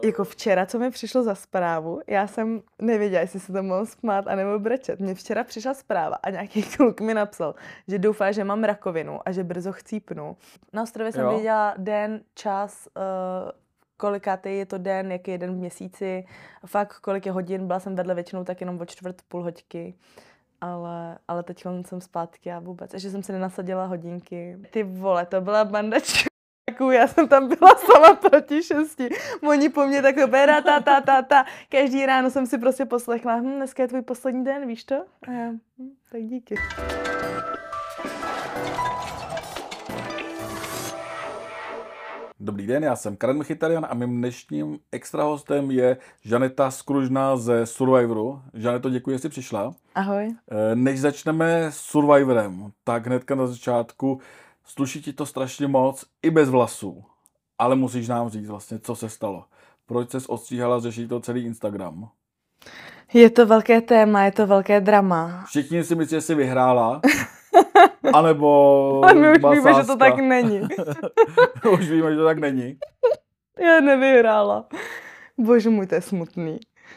Jako včera, co mi přišlo za zprávu, já jsem nevěděla, jestli se to mohl smát anebo brečet. Mně včera přišla zpráva a nějaký kluk mi napsal, že doufá, že mám rakovinu a že brzo chcípnu. Na ostrově jsem věděla den, čas, kolikátý je to den, jaký je den v měsíci, fakt kolik je hodin, byla jsem vedle většinou tak jenom o čtvrt, půl hoďky. Ale teď jsem zpátky a vůbec, že jsem si nenasadila hodinky. Ty vole, to byla banda čuráků, já jsem tam byla sama proti 6. Oni po mně takhle bera, ta. Každý ráno jsem si prostě poslechla, dneska je tvůj poslední den, víš to? A já, tak díky. Dobrý den, já jsem Karen Michytarian a mým dnešním extra hostem je Žaneta Skružná ze Survivoru. Žaneto, děkuji, že jsi přišla. Ahoj. Než začneme s Survivorem, tak hnedka na začátku sluší ti to strašně moc, i bez vlasů. Ale musíš nám říct vlastně, co se stalo. Proč ses odstříhala, řeší to celý Instagram? Je to velké téma, je to velké drama. Všichni si myslí, že jsi vyhrála, anebo ale my už víme, že to tak není. Už víme, že to tak není. Já nevyhrála. Bože můj, to je smutný.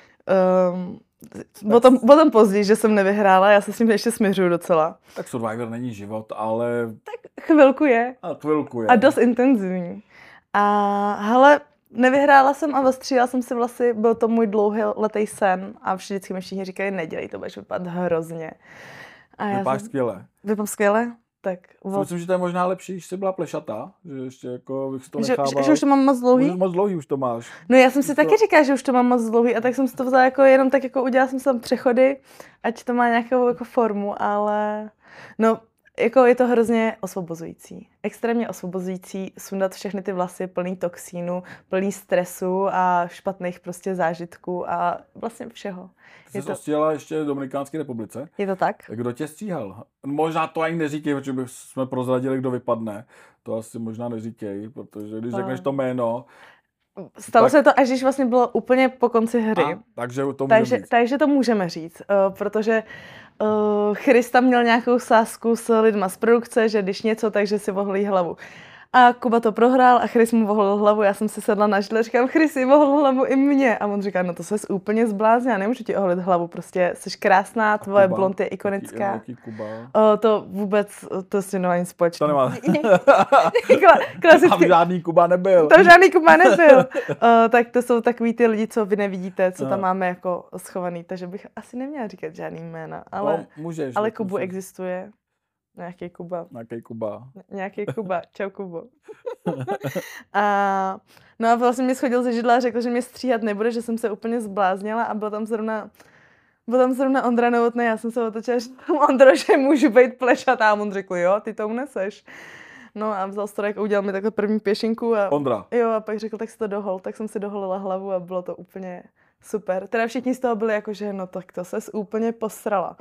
Potom později, že jsem nevyhrála, já se s tím ještě směřuju docela. Tak Survivor není život, ale... Tak chvilku je. A dost intenzivní. A hele, nevyhrála jsem a ostříhala jsem si vlasy, byl to můj dlouholetý sen a vždycky mi všichni říkají, nedělej to, budeš vypadat hrozně. Vypadáš skvěle. Vypadám skvěle? Tak. Myslím, že to je možná lepší, když jsi byla plešatá, že ještě jako bych si to nechával. Že už to mám moc dlouhý? Moc dlouhý už to máš. No já jsem si taky říkala, že už to mám moc dlouhý a tak jsem si to vzala jako jenom tak jako udělala jsem si tam přechody, ať to má nějakou jako formu, ale no jako je to hrozně osvobozující. Extrémně osvobozující sundat všechny ty vlasy plný toxínu, plný stresu a špatných prostě zážitků a vlastně všeho. Ty jsi ostříhala ještě v Dominikánské republice. Je to tak? Kdo tě stříhal? Možná to ani neříkej, protože jsme prozradili, kdo vypadne. To asi možná neříkej, protože když řekneš to jméno... Stalo se to, až když vlastně bylo úplně po konci hry. Takže to můžeme říct, protože Chris tam měl nějakou sázku s lidma z produkce, že když něco, takže si vohlí hlavu. A Kuba to prohrál a Chris mu vohlil hlavu, já jsem si sedla na židle, říkám, Chris, vohl hlavu i mě. A on říká, no to ses úplně zbláznila, nemůžu ti ohlit hlavu, prostě jsi krásná, tvoje blond je ikonická. Jaký Kuba? To vůbec, to si nemá nic společného. To nemá. Klasicky. Tam žádný Kuba nebyl. Tam žádný Kuba nebyl. Tak to jsou takový ty lidi, co vy nevidíte, co tam máme jako schovaný, takže bych asi neměla říkat žádný jména, ale, můžeš, ale Kubu existuje. Nějaký Kuba. Nějaký Kuba. Čau, Kubo. No a vlastně mě schodil ze židla a řekl, že mě stříhat nebude, že jsem se úplně zbláznila a byl tam zrovna Ondra Novotný, já jsem se otočila, že Ondro, že můžu být plešatá a on řekl, jo, ty to uneseš. No a vzal strojek a udělal mi takhle první pěšinku. A, Ondra. Jo, a pak řekl, tak si to dohol. Tak jsem si doholila hlavu a bylo to úplně super. Teda všichni z toho byli jako, že no tak to ses úplně posrala.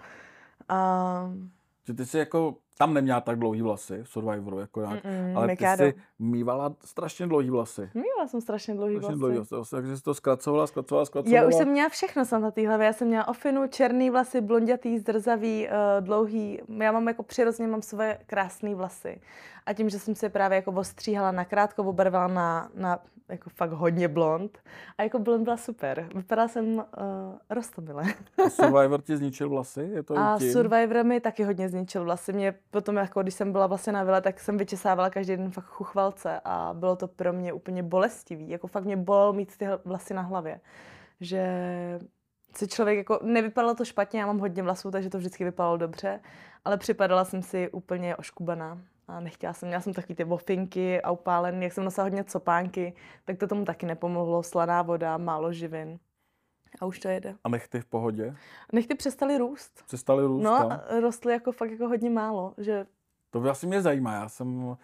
Že ty jsi jako tam neměla tak dlouhý vlasy v Survivoru, jako jak, ale ty jsi mývala strašně dlouhý vlasy. Mývala jsem strašně dlouhý vlasy. Takže jsi to zkracovala. Já už jsem měla všechno na té hlavě. Já jsem měla ofinu, černý vlasy, blondětý, zdrzavý, dlouhý. Já mám jako přirozeně mám své krásné vlasy. A tím, že jsem se právě jako ostříhala nakrátko, obarvila na jako fakt hodně blond. A jako blond byla super. Vypadala jsem roztomile. A Survivor ti zničil vlasy? Je to a Survivor mi taky hodně zničil vlasy. Mě potom, jako když jsem byla vlastně na vile, tak jsem vyčesávala každý den fakt chuchvalce a bylo to pro mě úplně bolestivý. Jako fakt mě bolelo mít ty vlasy na hlavě. Že si člověk jako, nevypadalo to špatně, já mám hodně vlasů, takže to vždycky vypadalo dobře, ale připadala jsem si úplně oškubaná. A měla jsem takový ty vofinky a upálený, jak jsem nosila hodně copánky, tak to tomu taky nepomohlo, slaná voda, málo živin. A už to jede. A nechty v pohodě? Nechty přestaly růst. No, rostly jako fakt jako hodně málo. Že... To asi mě zajímá, já jsem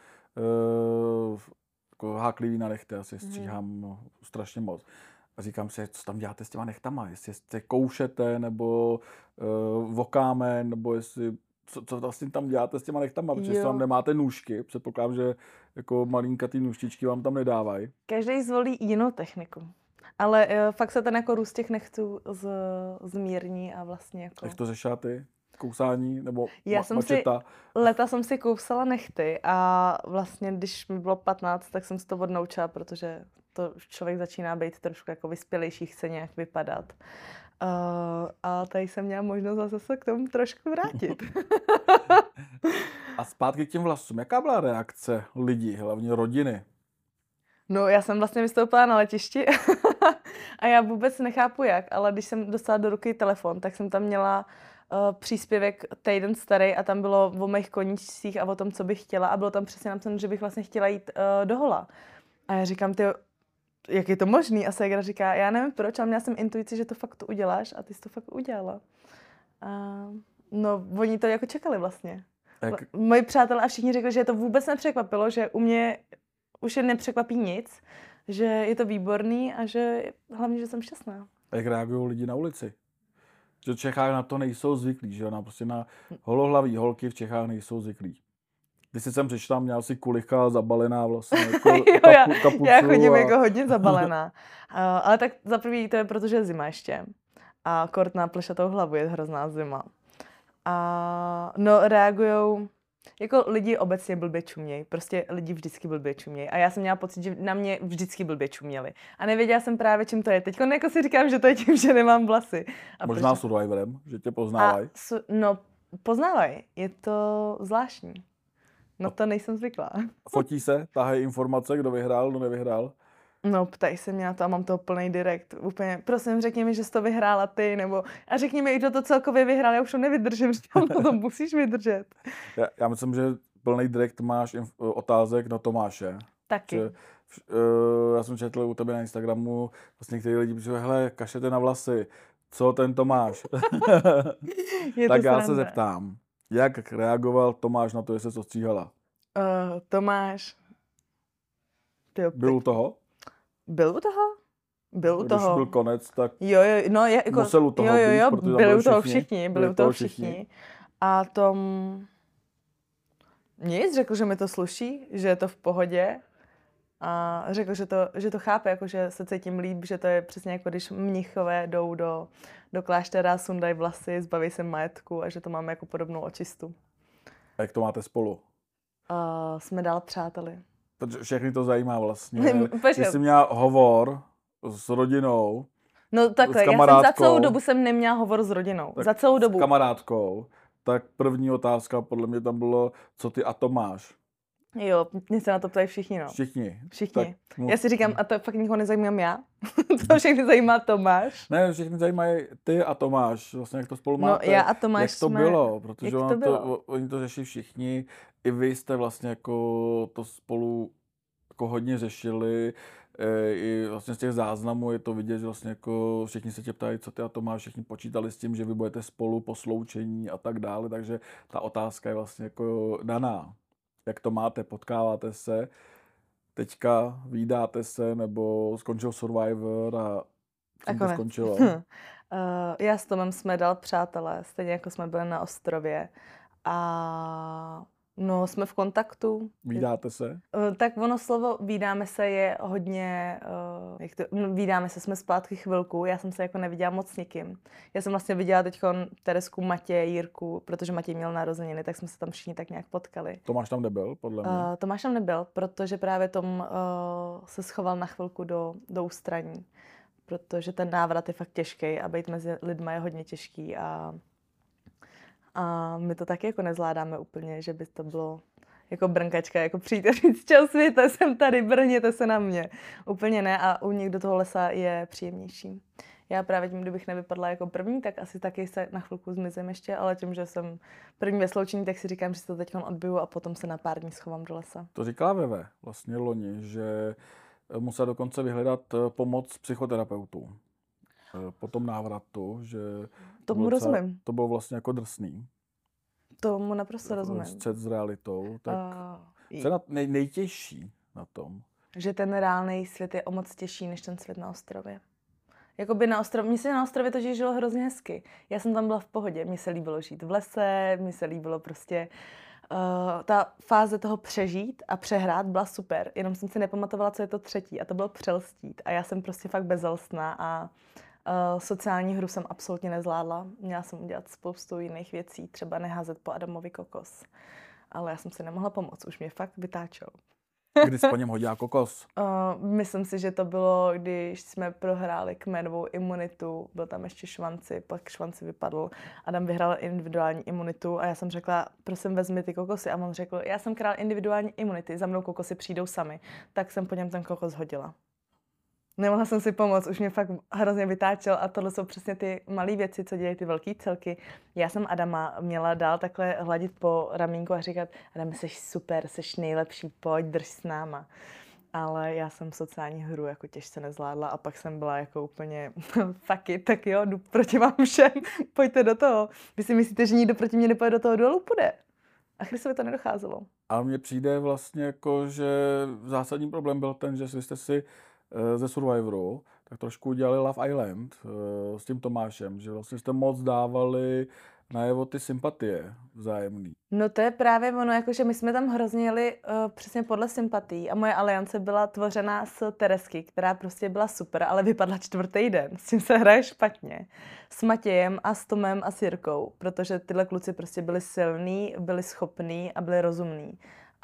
jako háklivý na nechty, asi stříhám strašně moc. A říkám si, co tam děláte s těma nechtama, jestli se koušete, nebo vokáme, nebo jestli... Co vlastně tam děláte s těma nechtama, protože tam nemáte nůžky. Předpokládám, že jako malinkatý nůžtičky vám tam nedávají. Každý zvolí jinou techniku. Ale fakt se ten jako růst těch nechtů zmírní a vlastně jako... Jak to řešila ty? Kousání nebo mačeta? Leta jsem si kousala nechty a vlastně, když mi bylo 15, tak jsem si to odnaučila, protože to člověk začíná být trošku jako vyspělejší, chce nějak vypadat. A tady jsem měla možnost zase k tomu trošku vrátit. A zpátky k těm vlasům. Jaká byla reakce lidí, hlavně rodiny? No, já jsem vlastně vystoupila na letišti a já vůbec nechápu jak, ale když jsem dostala do ruky telefon, tak jsem tam měla příspěvek týden starý a tam bylo o mých koníčcích a o tom, co bych chtěla a bylo tam přesně napsáno, že bych vlastně chtěla jít do hola. A já říkám, ty, jak je to možný? A ségra říká, já nevím proč, ale měla jsem intuici, že to fakt to uděláš a ty jsi to fakt udělala. No, oni to jako čekali vlastně. Moji přátelé a všichni řekli, že je to vůbec nepřekvapilo, že u mě už je nepřekvapí nic, že je to výborný a že hlavně, že jsem šťastná. A jak reagují lidi na ulici? Že v Čechách na to nejsou zvyklí, že jo? Prostě na holohlaví holky v Čechách nejsou zvyklí. Když jsi sem přišla, měla si kulicha zabalená vlastně jako kapucu. Já chodím jako hodně zabalená. Ale tak za prvý to je, protože je zima ještě. A kort na plešatou hlavu je hrozná zima. A no reagujou, jako lidi obecně blbě čumějí. Prostě lidi vždycky blbě čumějí. A já jsem měla pocit, že na mě vždycky blbě čuměli. A nevěděla jsem právě, čím to je. Teď jako si říkám, že to je tím, že nemám vlasy. A možná Survivorem, že tě poznávají. No, poznávají. Je to zvláštní. No to nejsem zvyklá. Fotí se, tahají informace, kdo vyhrál, kdo nevyhrál? No, ptají se mě na to a mám toho plný direkt. Úplně, prosím, řekni mi, že jsi to vyhrála ty, nebo a řekni mi, kdo to celkově vyhrál, já už to nevydržím, říkám, no to musíš vydržet. Já myslím, že plný direkt máš otázek na Tomáše. Taky. Že, já jsem četl u tebe na Instagramu, vlastně některý lidi píšou, hele, kašete na vlasy, co ten Tomáš? Tak já se zeptám, jak reagoval Tomáš na to, že se ostříhala? Tomáš. Byl u toho? Byl u toho? Byl u toho. Když byl konec, tak jo, no, jako, musel u toho jo, být, byli u toho všichni, byli u toho všichni. A Tom nic, řekl, že mi to sluší, že je to v pohodě a řekl, že to chápe, jako, že se cítím líp, že to je přesně jako když mnichové jdou do kláštera, sundají vlasy, zbaví se majetku a že to máme jako podobnou očistu. A jak to máte spolu? Jsme dál přáteli. Protože všechny to zajímá vlastně. Že jsi měla hovor s rodinou, no takhle, za celou dobu jsem neměla hovor s rodinou. Za celou dobu. S kamarádkou. Tak první otázka podle mě tam bylo, co ty a Tomáš. Jo, mě se na to ptají všichni, no. Všichni. Já si říkám, a to fakt nikoho nezajímám já? To všechny zajímá Tomáš? Ne, všechny zajímají ty a Tomáš, vlastně jak to spolu máte. No já a Tomáš jak to bylo, protože oni to řeší všichni. I vy jste vlastně jako to spolu jako hodně řešili. I vlastně z těch záznamů je to vidět, že vlastně jako všichni se tě ptají, co ty a Tomáš, všichni počítali s tím, že vy budete spolu po sloučení a tak dále, takže ta otázka je vlastně jako daná. Jak to máte, potkáváte se, teďka vídáte se, nebo skončil Survivor a to skončilo? Já s Tomem jsme dál přátelé, stejně jako jsme byli na ostrově a no, jsme v kontaktu. Vídáte se? Tak ono slovo vídáme se je hodně, vídáme se, jsme zpátky chvilku, já jsem se jako neviděla moc s nikým. Já jsem vlastně viděla teď Teresku, Matěj, Jirku, protože Matěj měl narozeniny, tak jsme se tam všichni tak nějak potkali. Tomáš tam nebyl, podle mě? Tomáš tam nebyl, protože právě Tom se schoval na chvilku do ústraní, protože ten návrat je fakt těžký a být mezi lidma je hodně těžký a my to taky jako nezvládáme úplně, že by to bylo jako brnkačka, jako přijít a říct, čau světe, jsem tady, brněte se na mě. Úplně ne a u nich do toho lesa je příjemnější. Já právě tím, kdybych nevypadla jako první, tak asi taky se na chvilku zmizím ještě, ale tím, že jsem první ve sloučení, tak si říkám, že si to teď odbiju a potom se na pár dní schovám do lesa. To říkala Veve vlastně loni, že musela dokonce vyhledat pomoc psychoterapeutů. Po tom návratu, že tomu rozumím. To bylo vlastně jako drsný. Tomu naprosto rozumím. Střet s realitou. Tak co je nejtěžší na tom? Že ten reálný svět je o moc těžší, než ten svět na ostrově. Jakoby mně se na ostrově to žilo hrozně hezky. Já jsem tam byla v pohodě. Mně se líbilo žít v lese, mně se líbilo prostě ta fáze toho přežít a přehrát byla super. Jenom jsem si nepamatovala, co je to třetí a to bylo přelstít. A já jsem prostě fakt bezelstná a sociální hru jsem absolutně nezvládla. Měla jsem udělat spoustu jiných věcí, třeba neházet po Adamovi kokos. Ale já jsem si nemohla pomoct, už mě fakt vytáčel. Kdy jsi po něm hodila kokos? Myslím si, že to bylo, když jsme prohráli kmenovou imunitu, byl tam ještě Švanci, pak Švanci vypadl, Adam vyhrál individuální imunitu a já jsem řekla, prosím vezmi ty kokosy a on řekl, já jsem král individuální imunity, za mnou kokosy přijdou sami, tak jsem po něm ten kokos hodila. Nemohla jsem si pomoct, už mě fakt hrozně vytáčel a tohle jsou přesně ty malé věci, co dělají ty velký celky. Já jsem Adama měla dál takhle hladit po ramínku a říkat, Adam, jsi super, jsi nejlepší, pojď, drž s náma. Ale já jsem sociální hru jako těžce nezvládla a pak jsem byla jako úplně fuck it, tak jo, jdu proti vám všem, pojďte do toho. Vy si myslíte, že nikdo proti mě nepojde do toho duelu, půjde. A Chrisovi to nedocházelo. Ale mně přijde vlastně jako, že zásadní problém byl ten, že vy jste si ze Survivoru tak trošku udělali Love Island s tím Tomášem, že vlastně jste moc dávali najevo ty sympatie vzájemný. No to je právě ono, jakože my jsme tam hrozně jeli přesně podle sympatií a moje aliance byla tvořena z Teresky, která prostě byla super, ale vypadla 4. den, s tím se hraje špatně. S Matějem a s Tomem a s Jirkou, protože tyhle kluci prostě byli silní, byli schopní a byli rozumní.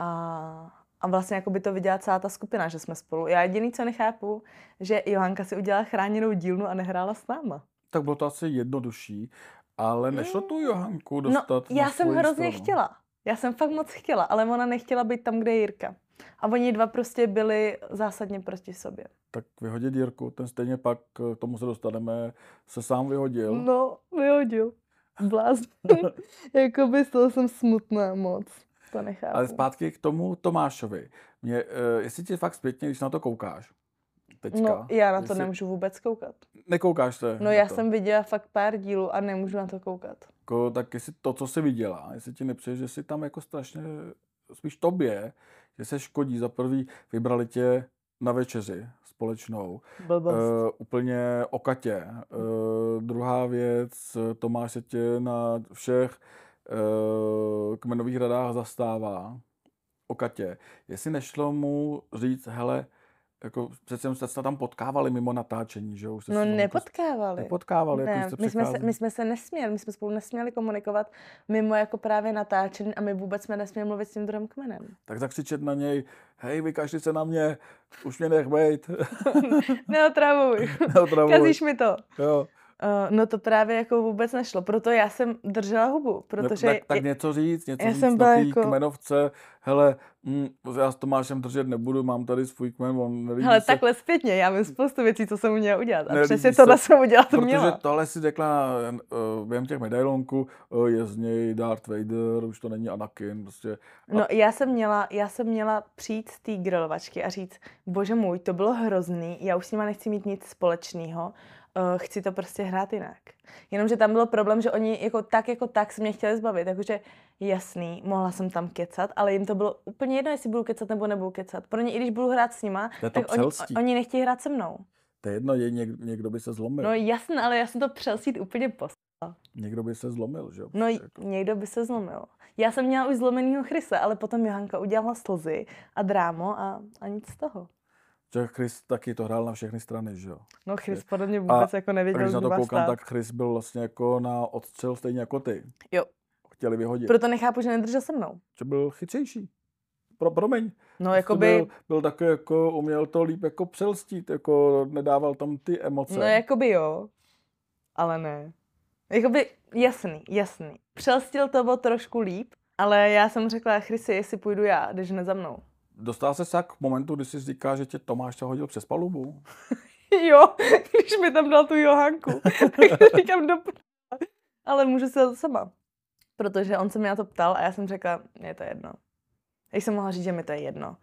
A vlastně jako by to viděla celá ta skupina, že jsme spolu. Já jediný, co nechápu, že Johanka si udělala chráněnou dílnu a nehrála s náma. Tak bylo to asi jednodušší, ale nešlo tu Johanku dostat no, já jsem hrozně chtěla. Já jsem fakt moc chtěla, ale ona nechtěla být tam, kde je Jirka. A oni dva prostě byli zásadně proti sobě. Tak vyhodit Jirku, ten stejně pak, k tomu se dostaneme, se sám vyhodil. No, vyhodil. Blázn. Jakoby z toho jsem smutná moc. To nechápu. Ale zpátky k tomu Tomášovi. Jestli ti fakt zpětně, když na to koukáš, teďka. No, já na to nemůžu vůbec koukat. Nekoukáš se? No, já jsem viděla fakt pár dílů a nemůžu na to koukat. Tak jestli to, co jsi viděla, jestli ti nepřijde, že jsi tam jako strašně, spíš tobě, že se škodí. Za prvý vybrali tě na večeři společnou. Úplně o Katě. Druhá věc, Tomáš se tě na všech kmenových radách zastává o Katě. Jestli nešlo mu říct, hele, jako přece jste se tam potkávali mimo natáčení, že jo? No nepotkávali. Nepotkávali, ne, jako my jsme se nesměli, my jsme spolu nesměli komunikovat mimo jako právě natáčení a my vůbec jsme nesměli mluvit s tím druhým kmenem. Tak zakřičet na něj, hej, vykašli se na mě, už mě nech bejt. Neotravuj. Kazíš mi to. Jo. No to právě jako vůbec nešlo, proto já jsem držela hubu, protože... Tak něco říct na té jako... kmenovce, hele, já s Tomášem držet nebudu, mám tady svůj kmen, on nelíbí hele, se. takhle zpětně, já vím spoustu věcí, co jsem měla udělat a přesně tohle jsem udělat měla. Protože tohle si řekla během těch medailonků, je z něj Darth Vader, už to není Anakin, prostě. No já jsem měla přijít z té grilovačky a říct, bože můj, to bylo hrozný, já už s nima nechci mít nic společného. Chci to prostě hrát jinak. Jenomže tam bylo problém, že oni jako tak se mě chtěli zbavit. Jakože jasný, mohla jsem tam kecat, ale jim to bylo úplně jedno, jestli budu kecat nebo nebudu kecat. Pro ně, i když budu hrát s nima, tak oni nechtějí hrát se mnou. To je jedno, někdo by se zlomil. No jasný, ale já jsem to přelsít úplně poslala. Někdo by se zlomil, že jo? No někdo by se zlomil. Já jsem měla už zlomenýho Chrise, ale potom Johanka udělala slzy a drámo a nic z toho. Že Chris taky to hrál na všechny strany, že jo? No Chris podle mě vůbec jako nevěděl, když na to koukám, tak Chris byl vlastně jako na odstřel stejně jako ty. Jo. Chtěli vyhodit. Proto nechápu, že nedržel se mnou. Že byl chytřejší. Promiň. No jakoby... Byl taky jako, uměl to líp jako přelstít, jako nedával tam ty emoce. No jakoby jo, ale ne. Jakoby jasný. Přelstil to bylo trošku líp, ale já jsem řekla, Chrisi, jestli půjdu já, jdeš ne za mnou. Dostal se k momentu, kdy jsi říká, že tě Tomáš hodil přes palubu? Jo, když mi tam dal tu Johanku, tak říkám ale můžu si to sama. Protože on se mě na to ptal a já jsem řekla, je to jedno. Jak jsem mohla říct, že mi to je jedno.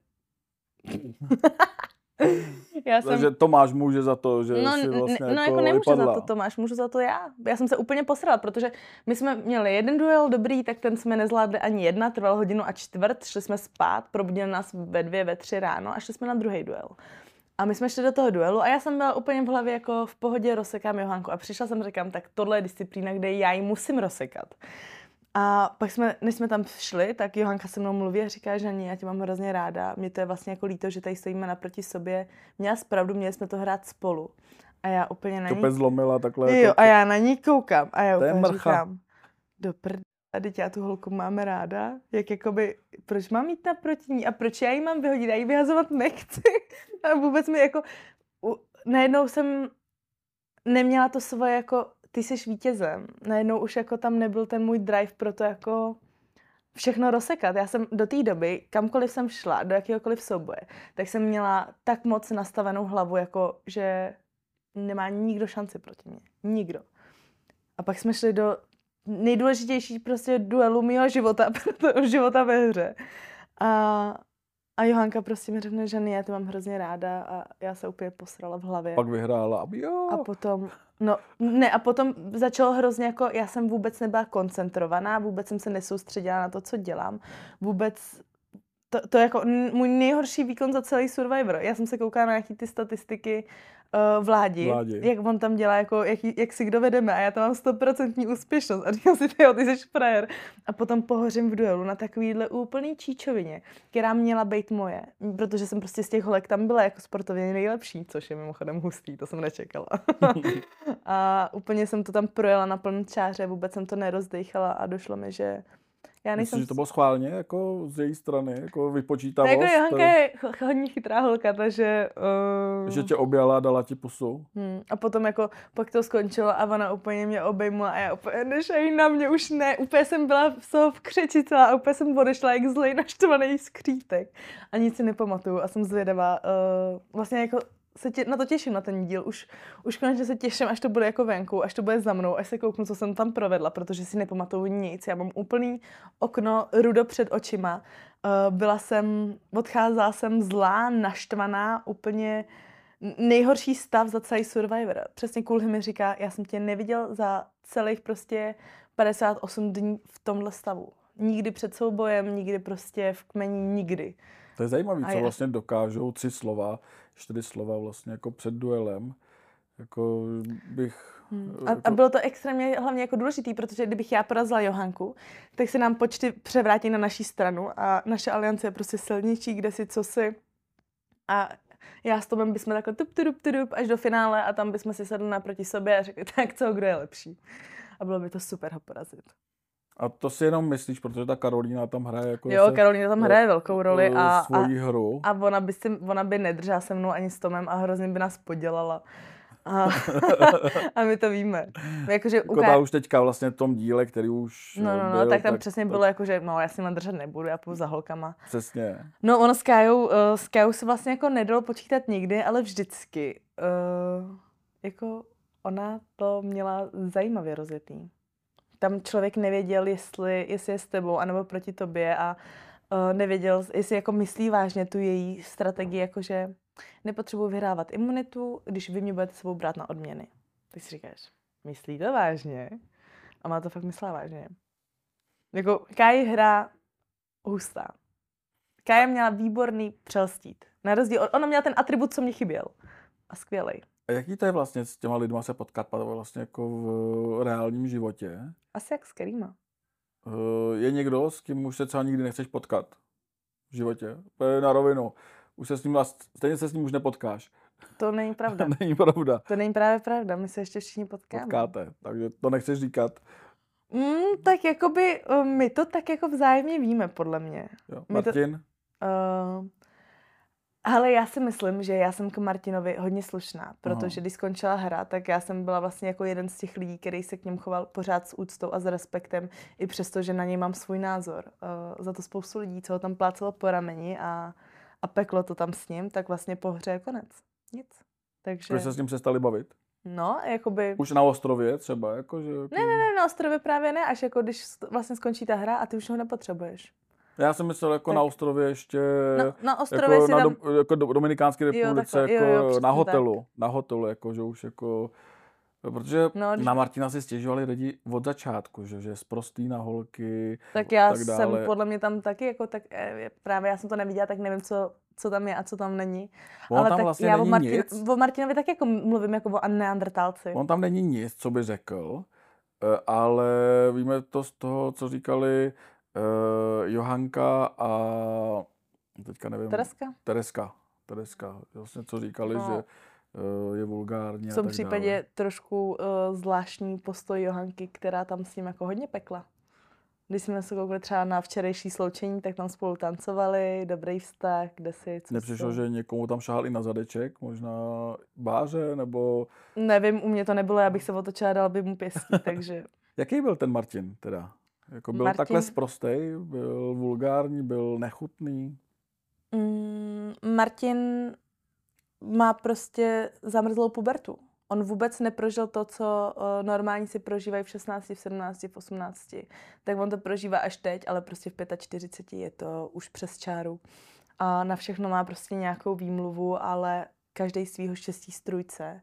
Takže Tomáš může za to, že jsi vlastně jako nemůže za to Tomáš, můžu za to já. Já jsem se úplně posrala, protože my jsme měli jeden duel dobrý, tak ten jsme nezvládli ani jedna, trval 1:15, šli jsme spát, probudili nás ve 2, ve 3 ráno a šli jsme na druhý duel. A my jsme šli do toho duelu a já jsem byla úplně v hlavě jako v pohodě, rozsekám Johanku a přišla jsem, říkám, tak tohle je disciplína, kde já ji musím rozsekat. A pak než jsme tam šli, tak Johanka se mnou mluví a říká, že já tě mám hrozně ráda. Mně to je vlastně jako líto, že tady stojíme naproti sobě. Měla zpravdu, měli jsme to hrát spolu. A já úplně na ní... To zlomila takhle. Jo, a já na ní koukám a já úplně říkám, do a teď já tu holku máme ráda, jak jakoby, proč mám jít naproti ní a proč já ji mám vyhodit, já ji vyhazovat nechci. A vůbec mi jako, najednou jsem neměla to svoje jako, ty jsi vítězem. Najednou už jako tam nebyl ten můj drive pro to jako všechno rozsekat. Já jsem do té doby, kamkoliv jsem šla, do jakéhokoliv souboje, tak jsem měla tak moc nastavenou hlavu, jako že nemá nikdo šanci proti mě. Nikdo. A pak jsme šli do nejdůležitější prostě duelu mýho života ve hře. A Johanka prostě mi řekne, že já to mám hrozně ráda a já se úplně posrala v hlavě. Pak vyhrála, jo. A potom, a potom začalo hrozně jako, já jsem vůbec nebyla koncentrovaná, vůbec jsem se nesoustředila na to, co dělám. Vůbec, to jako můj nejhorší výkon za celý Survivor. Já jsem se koukala na nějaký ty statistiky Vládi, jak on tam dělá, jako, jak si kdo vedeme a já tam mám 100% úspěšnost a říkám si, ty jsi frajer. A potom pohořím v duelu na takovýhle úplný číčovině, která měla být moje, protože jsem prostě z těch holek tam byla jako sportovně nejlepší, což je mimochodem hustý, to jsem nečekala. A úplně jsem to tam projela na plný čáře, vůbec jsem to nerozdejchala a došlo mi, že já nejsem... Myslíš, že to bylo schválně, jako z její strany, jako vypočítavost? Jako Johanka je hodně chytrá holka, takže... Že tě objala a dala ti pusu? A potom jako, pak to skončilo a ona úplně mě obejmula a já úplně nešej na mě, už ne. Úplně jsem byla v křeči celá a úplně jsem odešla jak zlej naštvaný skřítek. A nic si nepamatuju a jsem zvědavá. Vlastně jako na to těším, na ten díl. Už konečně se těším, až to bude jako venku, až to bude za mnou, až se kouknu, co jsem tam provedla, protože si nepamatuju nic. Já mám úplný okno rudo před očima. Odcházela jsem zlá, naštvaná, úplně nejhorší stav za celý Survivor. Přesně Kulhy mi říká, já jsem tě neviděl za celých prostě 58 dní v tomhle stavu. Nikdy před soubojem, nikdy prostě v kmeni, nikdy. To je zajímavé, co vlastně dokážou 4 slova vlastně jako před duelem. Jako bych... A bylo to extrémně hlavně jako důležitý, protože kdybych já porazila Johanku, tak se nám počty převrátí na naší stranu a naše aliance je prostě silnější, kde si co si. A já s Tomem bychom takhle tup až do finále a tam bychom si sedli naproti sobě a řekli, tak co, kdo je lepší. A bylo by to super ho porazit. A to si jenom myslíš, protože ta Karolína tam hraje jako... Jo, Karolína tam hraje velkou roli a svoji hru. A ona by nedržela se mnou ani s Tomem a hrozně by nás podělala. A my to víme. Ta už teďka vlastně v tom díle, který už byl, tak tam přesně bylo jako, že já si mám držet nebudu, já půjdu za holkama. Přesně. No ono s Kajou se vlastně jako nedalo počítat nikdy, ale vždycky. Jako ona to měla zajímavě rozjetý. Tam člověk nevěděl, jestli je s tebou, anebo proti tobě a nevěděl, jestli jako myslí vážně tu její strategii, jakože nepotřebuji vyhrávat imunitu, když vy mě budete sebou brát na odměny. Tak si říkáš, myslí to vážně? A má to fakt myslela vážně. Jako Kai hra hustá. Kaja měla výborný přelstít. Na rozdíl ona měla ten atribut, co mě chyběl. A skvělej. A jaký to je vlastně s těma lidma se potkat vlastně jako v reálním životě? Asi jak s kterýma? Je někdo, s kým už se třeba nikdy nechceš potkat v životě? Na rovinu. Už se s ním, stejně se s ním už nepotkáš. To není pravda. Není pravda. To není právě pravda, my se ještě všichni potkáme. Potkáte, takže to nechceš říkat. Tak jakoby, my to tak jako vzájemně víme, podle mě. Jo. Martin? Ale já si myslím, že já jsem k Martinovi hodně slušná, protože když skončila hra, tak já jsem byla vlastně jako jeden z těch lidí, který se k němu choval pořád s úctou a s respektem, i přesto, že na něj mám svůj názor. Za to spoustu lidí, co ho tam plácelo po rameni a peklo to tam s ním, tak vlastně po hře je konec. Nic. Takže... Když se s ním přestali bavit? No, jakoby... Už na ostrově třeba, jakože... Ne, na ostrově právě ne, až jako když vlastně skončí ta hra a ty už ho nepotřebuješ. Já jsem myslel jako tak, na ostrově ještě, na ostrově jako, jako Dominikánské republice, jo, jako na hotelu, jako, že už jako, protože na Martina si stěžovali lidi od začátku, že je sprostý na holky, tak já tak jsem podle mě tam taky, jako tak právě já jsem to neviděla, tak nevím, co tam je a co tam není. Ale tam tak vlastně já o Martinovi tak jako mluvím jako o neandertálci. On tam není nic, co by řekl, ale víme to z toho, co říkali Johanka a teďka nevím. Tereska. Vlastně co říkali, že je vulgární. V tom případě trošku zvláštní postoj Johanky, která tam s ním jako hodně pekla. Když jsme se koukli třeba na včerejší sloučení, tak tam spolu tancovali, dobrý vztah, kde si... Nepřišlo, že někomu tam šahal i na zadeček, možná Báře, nebo... Nevím, u mě to nebylo, já bych se otočila a dala by mu pěstí, takže... Jaký byl ten Martin teda? Jako byl Martin... takhle sprostej, byl vulgární, byl nechutný? Martin má prostě zamrzlou pubertu. On vůbec neprožil to, co normálně si prožívají v 16, v 17, v 18. Tak on to prožívá až teď, ale prostě v 45 je to už přes čáru. A na všechno má prostě nějakou výmluvu, ale každý svýho štěstí strůjce.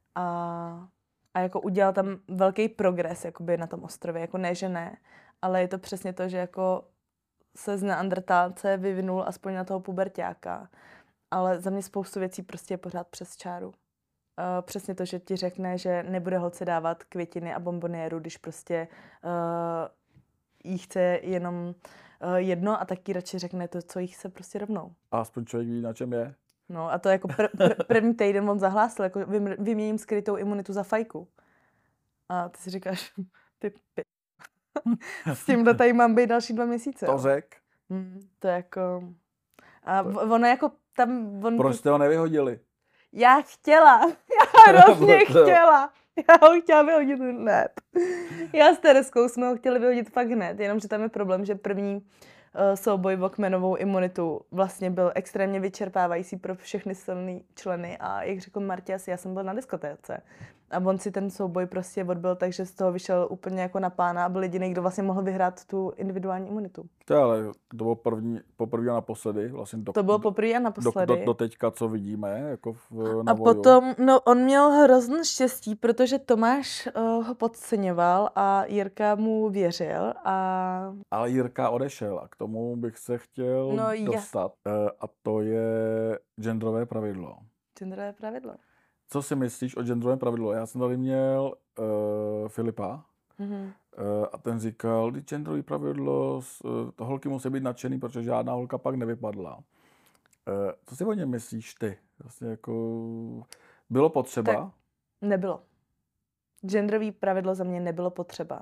A jako udělal tam velký progres jakoby na tom ostrově. Jako ne, že ne, ale je to přesně to, že jako se z neandrtálce vyvinul aspoň na toho puberťáka. Ale za mě spoustu věcí prostě je pořád přes čáru. Přesně to, že ti řekne, že nebude holce dávat květiny a bombonieru, když prostě jí chce jenom jedno a taky radši řekne to, co jí chce prostě rovnou. A aspoň člověk ví, na čem je. No a to jako první týden on zahlásil, jako vyměním skrytou imunitu za fajku. A ty si říkáš, ty s tímhle tady mám být další 2 měsíce. To řek. To jako... A ono jako tam... Proč jste ho nevyhodili? Já chtěla. Já hrozně chtěla. Já ho chtěla vyhodit hned. Já s Tereskou jsme ho chtěli vyhodit fakt hned, jenomže tam je problém, že první souboj o kmenovou imunitu vlastně byl extrémně vyčerpávající pro všechny silné členy a jak řekl Martias, já jsem byl na diskotéce a on si ten souboj prostě odbyl, takže z toho vyšel úplně jako na pána a byl jediný, kdo vlastně mohl vyhrát tu individuální imunitu. To ale to bylo poprvé a naposledy. Vlastně to bylo poprvé a naposledy. Do teďka, co vidíme, jako na voju. Potom, no on měl hrozný štěstí, protože Tomáš ho podceňoval a Jirka mu věřil a... Ale Jirka odešel a k tomu bych se chtěl dostat. A to je genderové pravidlo. Genderové pravidlo. Co si myslíš o genderovém pravidlu? Já jsem tady měl Filipa a ten říkal, že genderové pravidlo, to holky musí být nadšený, protože žádná holka pak nevypadla. Co si o něm myslíš ty? Vlastně jako bylo potřeba? Tak nebylo. Genderové pravidlo za mě nebylo potřeba.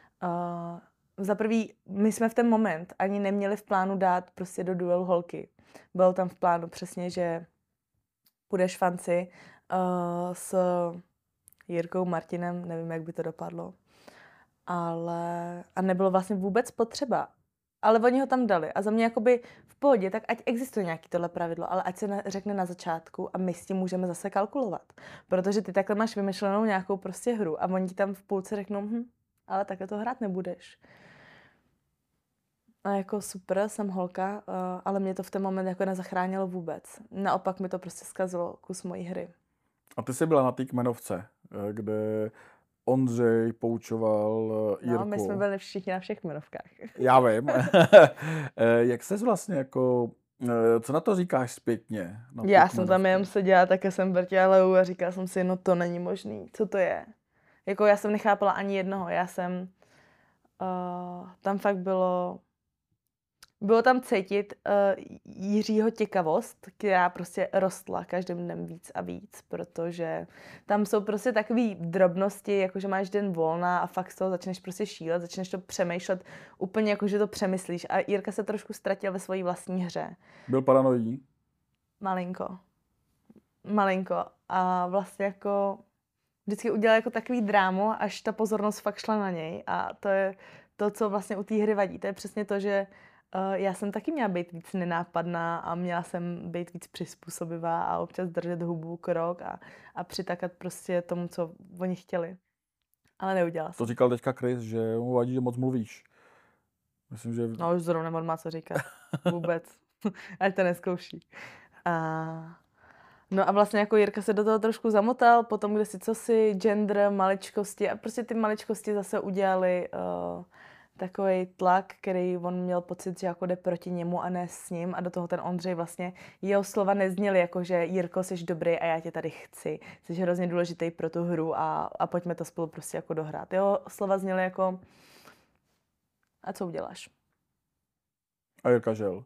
Za prvý, my jsme v ten moment ani neměli v plánu dát prostě do duelu holky. Bylo tam v plánu přesně, že půjdeš fanci s Jirkou, Martinem, nevím, jak by to dopadlo. A nebylo vlastně vůbec potřeba. Ale oni ho tam dali. A za mě jakoby v pohodě, tak ať existuje nějaký tohle pravidlo, ale ať se řekne na začátku a my s tím můžeme zase kalkulovat. Protože ty takhle máš vymyšlenou nějakou prostě hru a oni ti tam v půlce řeknou, ale takhle to hrát nebudeš. A jako super, jsem holka, ale mě to v ten moment jako nezachránilo vůbec. Naopak mi to prostě zkazilo kus mojí hry. A ty jsi byla na té kmenovce, kde Ondřej poučoval Jirku. No, my jsme byli všichni na všech kmenovkách. Já vím. Jak ses vlastně jako, co na to říkáš zpětně? Já jsem tam jen seděla, také jsem vrtěla levou a říkala jsem si, no to není možný, co to je? Jako já jsem nechápala ani jednoho, tam fakt bylo tam cítit Jiřího těkavost, která prostě rostla každým dnem víc a víc, protože tam jsou prostě takové drobnosti, jakože máš den volna a fakt z toho začneš prostě šílet, začneš to přemýšlet úplně jako, že to přemyslíš a Jirka se trošku ztratil ve své vlastní hře. Byl paranoidní? Malinko. A vlastně jako vždycky udělal jako takový drámu, až ta pozornost fakt šla na něj a to je to, co vlastně u té hry vadí. To je přesně to, že já jsem taky měla být víc nenápadná a měla jsem být víc přizpůsobivá a občas držet hubu, krok a přitakat prostě tomu, co oni chtěli. Ale neudělala jsem. To říkal teďka Chris, že mu vadí, že moc mluvíš. Myslím, že... No už zrovna on má co říkat. Vůbec. Ať to nezkouší. No a vlastně jako Jirka se do toho trošku zamotal, potom kde si cosi, gender, maličkosti a prostě ty maličkosti zase udělali takový tlak, který on měl pocit, že jako jde proti němu a ne s ním a do toho ten Ondřej vlastně, jeho slova nezněly jako, že Jirko, jsi dobrý a já tě tady chci, jsi hrozně důležitý pro tu hru a pojďme to spolu prostě jako dohrát. Jeho slova zněly jako a co uděláš? A Jirka šel.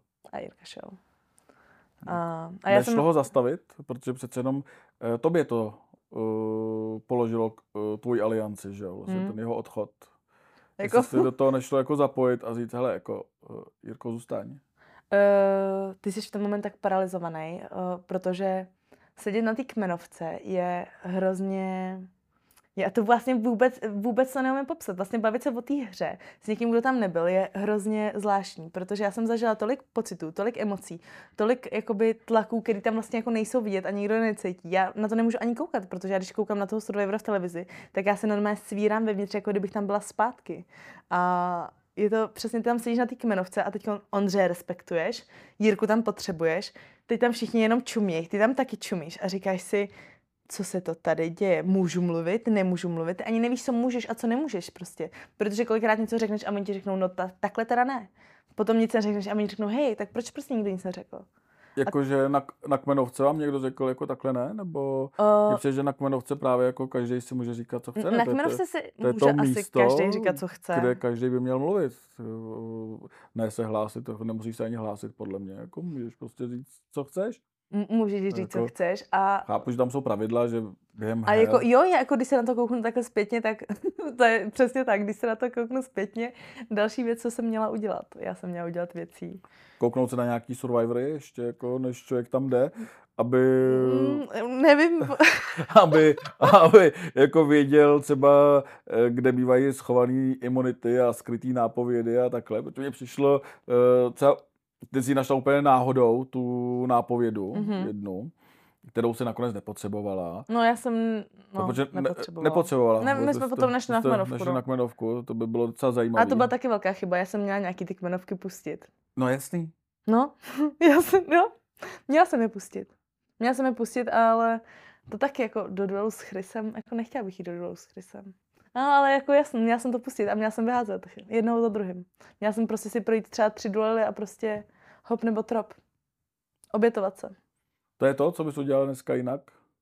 Nešlo ho zastavit, protože přece jenom tobě to položilo tvůj alianci, že jo, vlastně ten jeho odchod. Jako... Jestli se do toho nešlo jako zapojit a říct, hele, jako Jirko, zůstaň. Ty jsi v ten moment tak paralizovaný, protože sedět na té kmenovce je hrozně... Já to vlastně vůbec to neumím popsat. Vlastně bavit se o té hře s někým, kdo tam nebyl, je hrozně zvláštní, protože já jsem zažila tolik pocitů, tolik emocí, tolik jakoby tlaků, který tam vlastně jako nejsou vidět a nikdo necítí. Já na to nemůžu ani koukat, protože já když koukám na toho Survivora v televizi, tak já se normálně svírám vevnitř, jako kdybych tam byla zpátky. A je to přesně, ty tam sedíš na té kmenovce a teď Ondřeje respektuješ, Jirku tam potřebuješ, teď tam všichni jenom čumějí, ty tam taky čumíš a říkáš si, co se to tady děje, můžu mluvit, nemůžu mluvit, ani nevíš, co můžeš a co nemůžeš prostě, protože kolikrát něco řekneš a oni ti řeknou, no takhle teda ne. Potom nic neřekneš a oni řeknou, hej, tak proč prostě nikdo nic neřekl? Jakože na kmenovce vám někdo řekl jako takhle ne? Nebo je přijde, že na kmenovce právě jako každý si může říkat, co chce? Na kmenovce si může asi každý říkat, co chce. Kde každý by měl mluvit. Ne se hlásit, nemusíš se ani hlásit podle mě. Jako můžeš prostě říct, co chceš. Můžeš říct, jako, co chceš. A... Chápu, že tam jsou pravidla, že během her... A jako, jo, jako když se na to kouknu takhle zpětně, tak to je přesně tak, když se na to kouknu zpětně, další věc, co jsem měla udělat. Já jsem měla udělat věcí. Kouknout se na nějaký Survivory ještě, jako, než člověk tam jde, aby... Nevím. aby jako věděl třeba, kde bývají schovaný imunity a skrytý nápovědy a takhle, protože mě přišlo třeba ty jsi našla úplně náhodou tu nápovědu jednu, kterou se nakonec nepotřebovala. No já jsem nepotřebovala. Ne, my jsme potom nešli na kmenovku. Nešli na kmenovku, to by bylo docela zajímavé. A to byla taky velká chyba, já jsem měla nějaký ty kmenovky pustit. No jasný. No, měla jsem je pustit, ale to taky jako do duelu s Chrisem, jako nechtěla bych jít do duelu s Chrisem. No, ale jako jasně, měla jsem to pustit a měla jsem vyházet jednoho za druhým. Měla jsem prostě si projít třeba 3 duely a prostě hop nebo trop. Obětovat se. To je to, co bys udělala dneska jinak?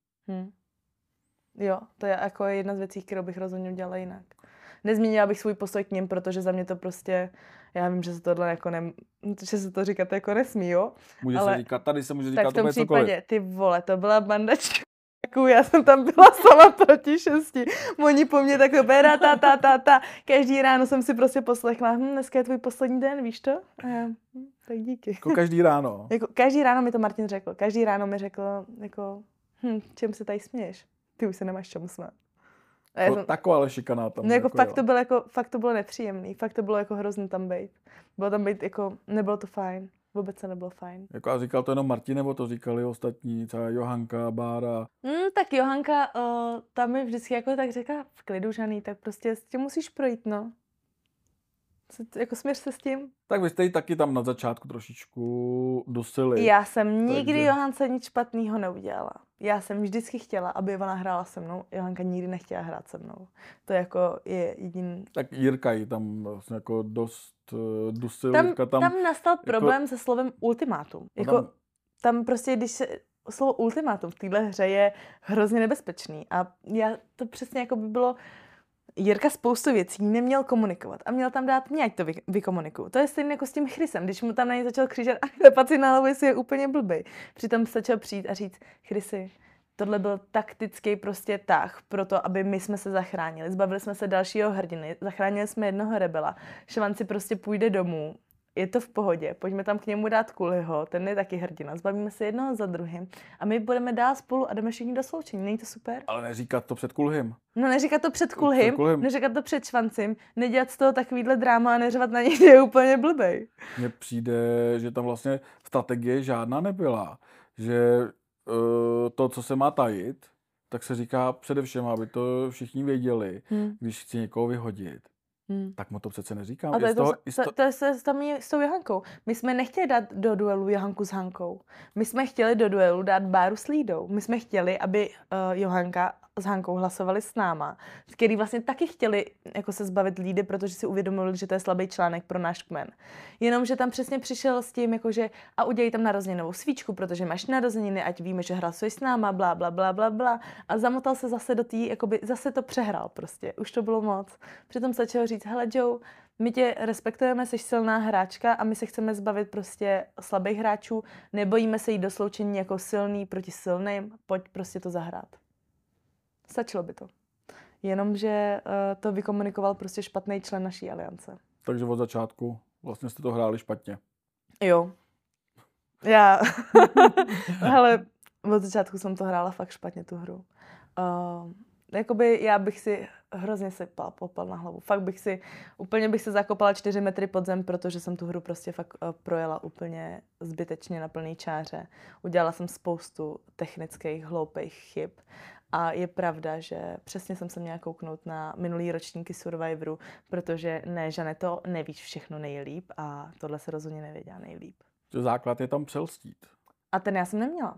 Jo, to je jako jedna z věcí, kterou bych rozhodně udělala jinak. Nezměnila bych svůj postoj k nim, protože za mě to prostě, já vím, že se tohle jako že se to říkat jako nesmí, jo? Může ale se říkat, tady se může říkat tak v tom úplně případě, cokoliv. Ty vole, to byla banda já jsem tam byla sama proti 6. Oni po mně takhle bera, ta. Každý ráno jsem si prostě poslechla, dneska je tvůj poslední den, víš to? A já, tak díky. Jako každý ráno? Jako každý ráno mi to Martin řekl. Každý ráno mi řekl, jako, čem se tady směješ? Ty už se nemáš čemu smát. Taková ale šikaná tam. No, fakt to bylo nepříjemný. Fakt to bylo jako hrozný tam bejt. Bylo tam bejt jako, nebylo to fajn. Vůbec se nebylo fajn. Jako a říkal to jenom Martin, nebo to říkali ostatní, třeba Johanka, Bára? Tak Johanka, tam mi vždycky jako tak řekla v klidu, Žaný, tak prostě s tím musíš projít, no. Jako směř se s tím. Tak vy jste ji taky tam na začátku trošičku dusili. Já jsem nikdy Johance nic špatného neudělala. Já jsem vždycky chtěla, aby ona hrála se mnou. Johanka nikdy nechtěla hrát se mnou. To jako je jediný... Tak Jirka ji tam vlastně jako dost dusil. Tam nastal problém se slovem ultimátum. Jako, tam prostě, když se... Slovo ultimátum v téhle hře je hrozně nebezpečný. A já to přesně jako by bylo... Jirka spoustu věcí neměl komunikovat a měl tam dát mě, ať to vykomunikuju. To je stejné jako s tím Chrisem, když mu tam na něj začal křičet a klepat si na hlavu, jestli je úplně blbej. Přitom stačil přijít a říct, Chrisy, tohle byl taktický prostě tah pro to, aby my jsme se zachránili. Zbavili jsme se dalšího hrdiny, zachránili jsme jednoho rebela. Švan si prostě půjde domů. Je to v pohodě, pojďme tam k němu dát Kuliho, ten je taky hrdina, zbavíme se jednoho za druhým a my budeme dál spolu a jdeme všichni do sloučení, není to super? Ale neříkat to před Kulhym. No neříkat to před Kulhym, neříkat to před Švancem, nedělat z toho takovýhle dráma a neřvat na něj, že je úplně blbej. Mně přijde, že tam vlastně strategie žádná nebyla, že to, co se má tajit, tak se říká především, aby to všichni věděli, když chci někoho vyhodit. Tak mu to přece neříkám. A to je s tou Johankou. My jsme nechtěli dát do duelu Johanku s Hankou. My jsme chtěli do duelu dát Báru s Lídou. My jsme chtěli, aby Johanka s Hankou hlasovali s náma, který vlastně taky chtěli jako se zbavit Lídy, protože si uvědomili, že to je slabý článek pro náš kmen. Jenomže tam přesně přišel s tím, jakože a udělej tam narozeninovou svíčku, protože máš narozeniny, ať víme, že hlasuješ s náma, blá, blá, blá, blá, blá. A zamotal se zase do té, jakoby, zase to přehrál prostě. Už to bylo moc. Přitom začal říct, hele Joe, my tě respektujeme, jsi silná hráčka a my se chceme zbavit prostě slabých hráčů, nebojíme se jít do sloučení jako silný proti silným, pojď prostě to zahrát. Stačilo by to. Jenomže to vykomunikoval prostě špatný člen naší aliance. Takže od začátku vlastně jste to hráli špatně. Jo. Já. Ale od začátku jsem to hrála fakt špatně, tu hru. Jakoby já bych si hrozně sypala popel na hlavu. Fakt úplně bych se zakopala 4 metry pod zem, protože jsem tu hru prostě fakt projela úplně zbytečně na plný čáře. Udělala jsem spoustu technických, hloupých chyb. A je pravda, že přesně jsem se měla kouknout na minulý ročníky Survivoru, protože ne, Žaneto, nevíš všechno nejlíp a tohle se rozhodně nevěděla nejlíp. Základ je tam přelstít. A ten já jsem neměla.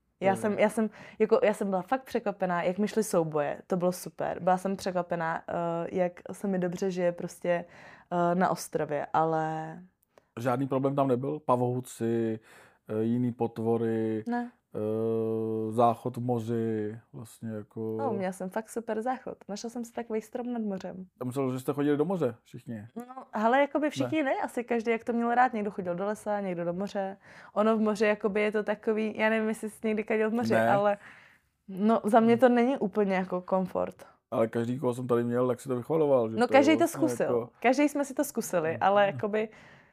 Já jsem byla fakt překvapená, jak mi šly souboje, to bylo super. Byla jsem překvapená, jak se mi dobře žije prostě na ostrově, ale... Žádný problém tam nebyl? Pavouci, jiný potvory, ne. Záchod v moři, vlastně jako... No, měla jsem fakt super záchod. Našla jsem si takový strom nad mořem. Já myslel, že jste chodili do moře všichni. No, ale jakoby všichni ne, asi každý, jak to měl rád. Někdo chodil do lesa, někdo do moře. Ono v moři jakoby je to takový, já nevím, jestli jsi někdy kadil v moři, ale no, za mě to není úplně jako komfort. Ale každý, koho jsem tady měl, tak si to vychvaloval. Že no, každý to zkusil. Jako... Každý jsme si to zkusili, ale jakoby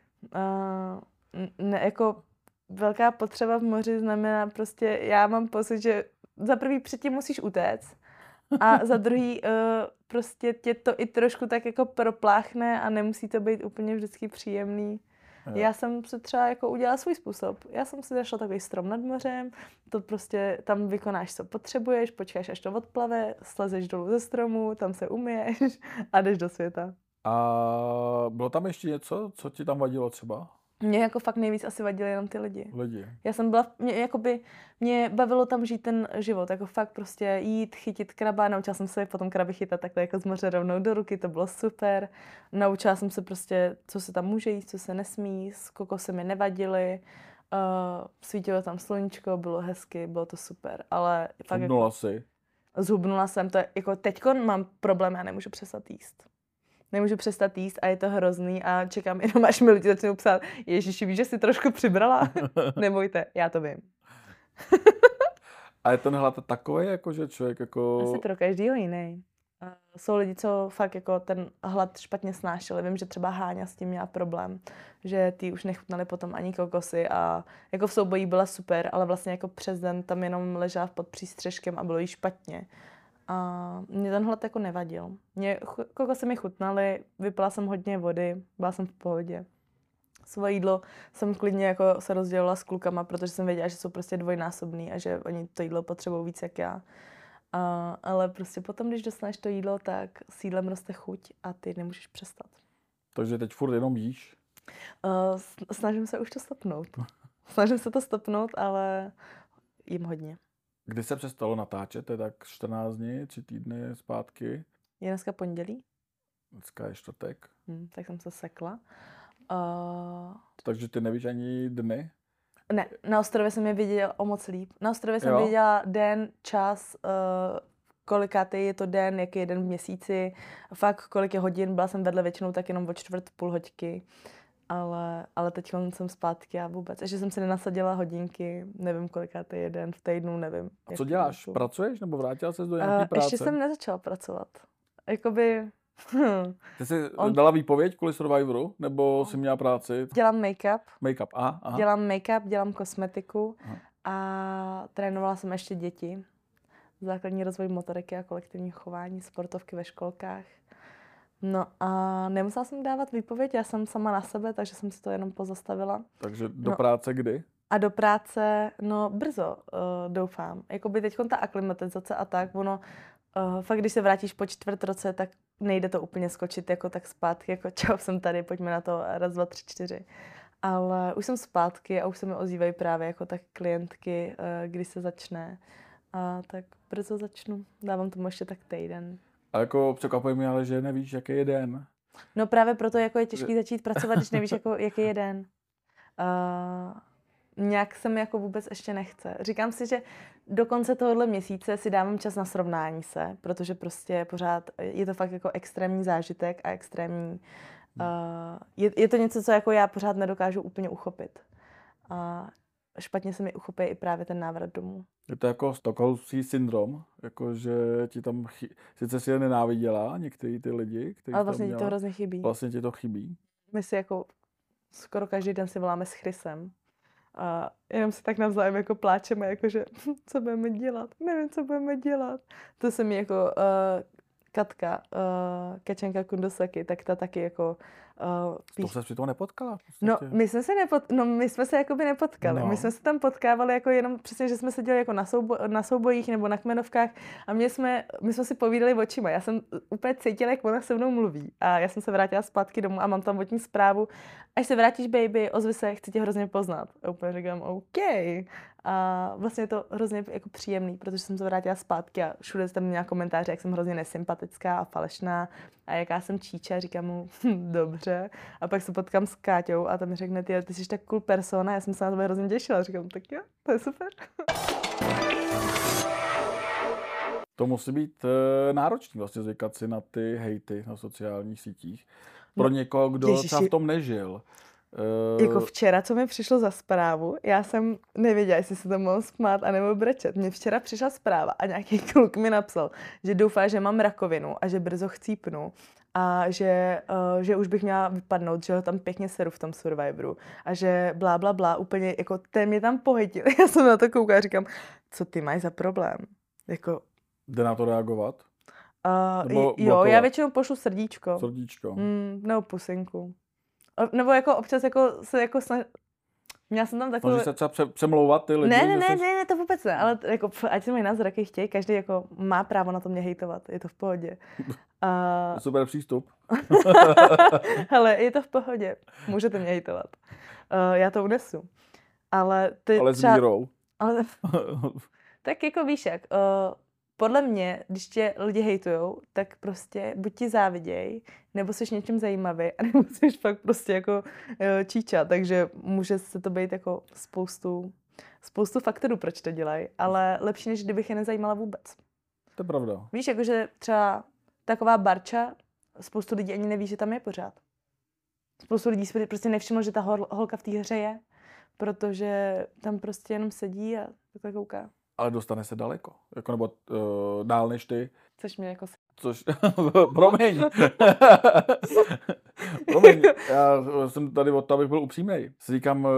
jako velká potřeba v moři znamená prostě, já mám pocit, že za prvý předtím musíš utéct a za druhý prostě tě to i trošku tak jako propláchne a nemusí to být úplně vždycky příjemný. Já jsem se třeba jako udělala svůj způsob. Já jsem si zašla takový strom nad mořem, to prostě tam vykonáš, co potřebuješ, počkáš, až to odplave, slezeš dolů ze stromu, tam se umyješ a jdeš do světa. A bylo tam ještě něco, co ti tam vadilo třeba? Mě jako fakt nejvíc asi vadili jenom ty lidi. Já jsem byla, mě bavilo tam žít ten život, jako fakt prostě jít, chytit kraba, naučila jsem se potom kraby chytat takhle jako z moře rovnou do ruky, to bylo super. Naučila jsem se prostě, co se tam může jíst, co se nesmí, s kokosy mi nevadily, svítilo tam sluníčko, bylo hezky, bylo to super, ale fakt Zhubnula jsi? Zhubnula jsem, to jako teďko mám problém, já nemůžu přestat jíst. Nemůžu přestat jíst a je to hrozný a čekám jenom, až mi lidi začnou psát, Ježiši, víš, že jsi trošku přibrala? Nebojte, já to vím. A je ten hlad takový, jako že člověk jako... Asi pro každýho jiný. Jsou lidi, co fakt jako ten hlad špatně snášeli. Vím, že třeba Háňa s tím měla problém, že ty už nechutnaly potom ani kokosy a jako v souboji byla super, ale vlastně jako přes den tam jenom ležela pod přístřežkem a bylo jí špatně. A mě ten hlad jako nevadil. Kokosy mi chutnaly, vypila jsem hodně vody, byla jsem v pohodě. Svoje jídlo jsem klidně jako se rozdělila s klukama, protože jsem věděla, že jsou prostě dvojnásobný a že oni to jídlo potřebují víc jak já. Ale prostě potom, když dostaneš to jídlo, tak s jídlem roste chuť a ty nemůžeš přestat. Takže teď furt jenom jíš? Snažím se už to stopnout. Snažím se to stopnout, ale jím hodně. Kdy se přestalo natáčet? To je tak 14 dní, 3 týdny zpátky? Je dneska pondělí? Dneska je čtvrtek. Tak jsem se sekla. Takže ty nevíš ani dny? Ne, na ostrově jsem je viděla o moc líp. Na ostrově jsem viděla den, čas, kolikátý je to den, jaký je den v měsíci, fakt kolik je hodin, byla jsem vedle většinou tak jenom o čtvrt, půl hoďky, ale teď jsem zpátky a vůbec. Ještě jsem si nenasadila hodinky, nevím kolikátý je den v týdnu, nevím. A co děláš? Pracuješ nebo vrátila ses do nějaké práce? Ještě jsem nezačala pracovat. Jakoby... Ty jsi dala výpověď kvůli Survivoru, nebo jsi měla práci? Dělám make-up. Make-up, aha. Dělám make-up, dělám kosmetiku a trénovala jsem ještě děti. Základní rozvoj motoriky a kolektivní chování, sportovky ve školkách. No a nemusela jsem dávat výpověď, já jsem sama na sebe, takže jsem si to jenom pozastavila. Takže do práce kdy? A do práce, no brzo, doufám. Jakoby teď ta aklimatizace a tak, ono... fakt, když se vrátíš po čtvrt roce, tak nejde to úplně skočit jako tak zpátky, jako čau, jsem tady, pojďme na to, 1, 2, 3, 4. Ale už jsem zpátky a už se mi ozývají právě jako tak klientky, když se začne. A tak brzo začnu, dávám tomu ještě tak týden. A jako překvapuje mě, ale že nevíš, jaký je den. No právě proto jako je těžký začít pracovat, když nevíš, jako, jaký je den. Nějak se mi jako vůbec ještě nechce. Říkám si, že do konce tohohle měsíce si dávám čas na srovnání se, protože prostě pořád je to fakt jako extrémní zážitek a extrémní... je to něco, co jako já pořád nedokážu úplně uchopit. špatně se mi uchopí i právě ten návrat domů. Je to jako stockholmský syndrom, jakože ti tam, sice si je nenáviděla některý ty lidi, kteří Ale tam vlastně ti měla, to hrozně chybí. vlastně ti to chybí. My si jako skoro každý den si voláme s Chrisem. A jenom si tak navzájem jako pláčeme, jakože co budeme dělat, nevím, co budeme dělat. To se mi jako Katka, Kečenka Kundosaki, tak ta taky jako To se přitom nepotkala. No, my jsme se jakoby nepotkali. No. My jsme se tam potkávali jako jenom přesně, že jsme seděli jako na soubojích nebo na kmenovkách a my jsme si povídali očima. Já jsem úplně cítila, jak ona se mnou mluví. A já jsem se vrátila zpátky domů a mám tam od ní zprávu. Až se vrátíš, baby, ozvi se, chci tě hrozně poznat. A úplně říkám, OK. A vlastně je to hrozně jako příjemný, protože jsem se vrátila zpátky a všude tam měla komentáře, jak jsem hrozně nesympatická a falešná a jaká jsem číča, říkám mu, dobře. A pak se potkám s Káťou a tam mi řekne, ty jsi tak cool persona, já jsem se na tebe hrozně těšila. Říkám, tak jo, to je super. To musí být náročný vlastně zvykat si na ty hejty na sociálních sítích. Pro někoho, kdo třeba v tom nežil. Jako včera, co mi přišlo za zprávu, já jsem nevěděla, jestli se to mohl smát anebo brečet. Mně včera přišla zpráva a nějaký kluk mi napsal, že doufá, že mám rakovinu a že brzo chcípnu a že už bych měla vypadnout, že ho tam pěkně seru v tom Survivoru a že blá, blá, blá, úplně jako ten mě tam pohytil. Já jsem na to koukala a říkám, co ty máš za problém? Jako... Jde na to reagovat? Jo, já většinou pošlu srdíčko. Srdíčko. Nebo pusinku. Nebo jako občas jako se jako měla jsem tam takovou... Snaží se třeba přemlouvat ty lidi? Ne, to vůbec ne, ale jako, ať si mají názor, jaký chtějí, každý jako má právo na to mě hejtovat, je to v pohodě. Super přístup. Hele, je to v pohodě, můžete mě hejtovat. Já to unesu. Ale s mírou. Ale tak jako víš jak, podle mě, když tě lidi hejtujou, tak prostě buď ti záviděj, nebo jsi něčím zajímavý, nebo jsi fakt prostě jako číča, takže může se to být jako spoustu faktorů, proč to dělají, ale lepší, než kdybych je nezajímala vůbec. To je pravda. Víš, jakože třeba taková barča, spoustu lidí ani neví, že tam je pořád. Spoustu lidí si prostě nevšimlo, že ta holka v té hře je, protože tam prostě jenom sedí a takhle kouká. Ale dostane se daleko, jako nebo dál než ty. Což mě jako... Promiň. Promiň, já jsem tady od toho, abych byl upřímnej. Si říkám,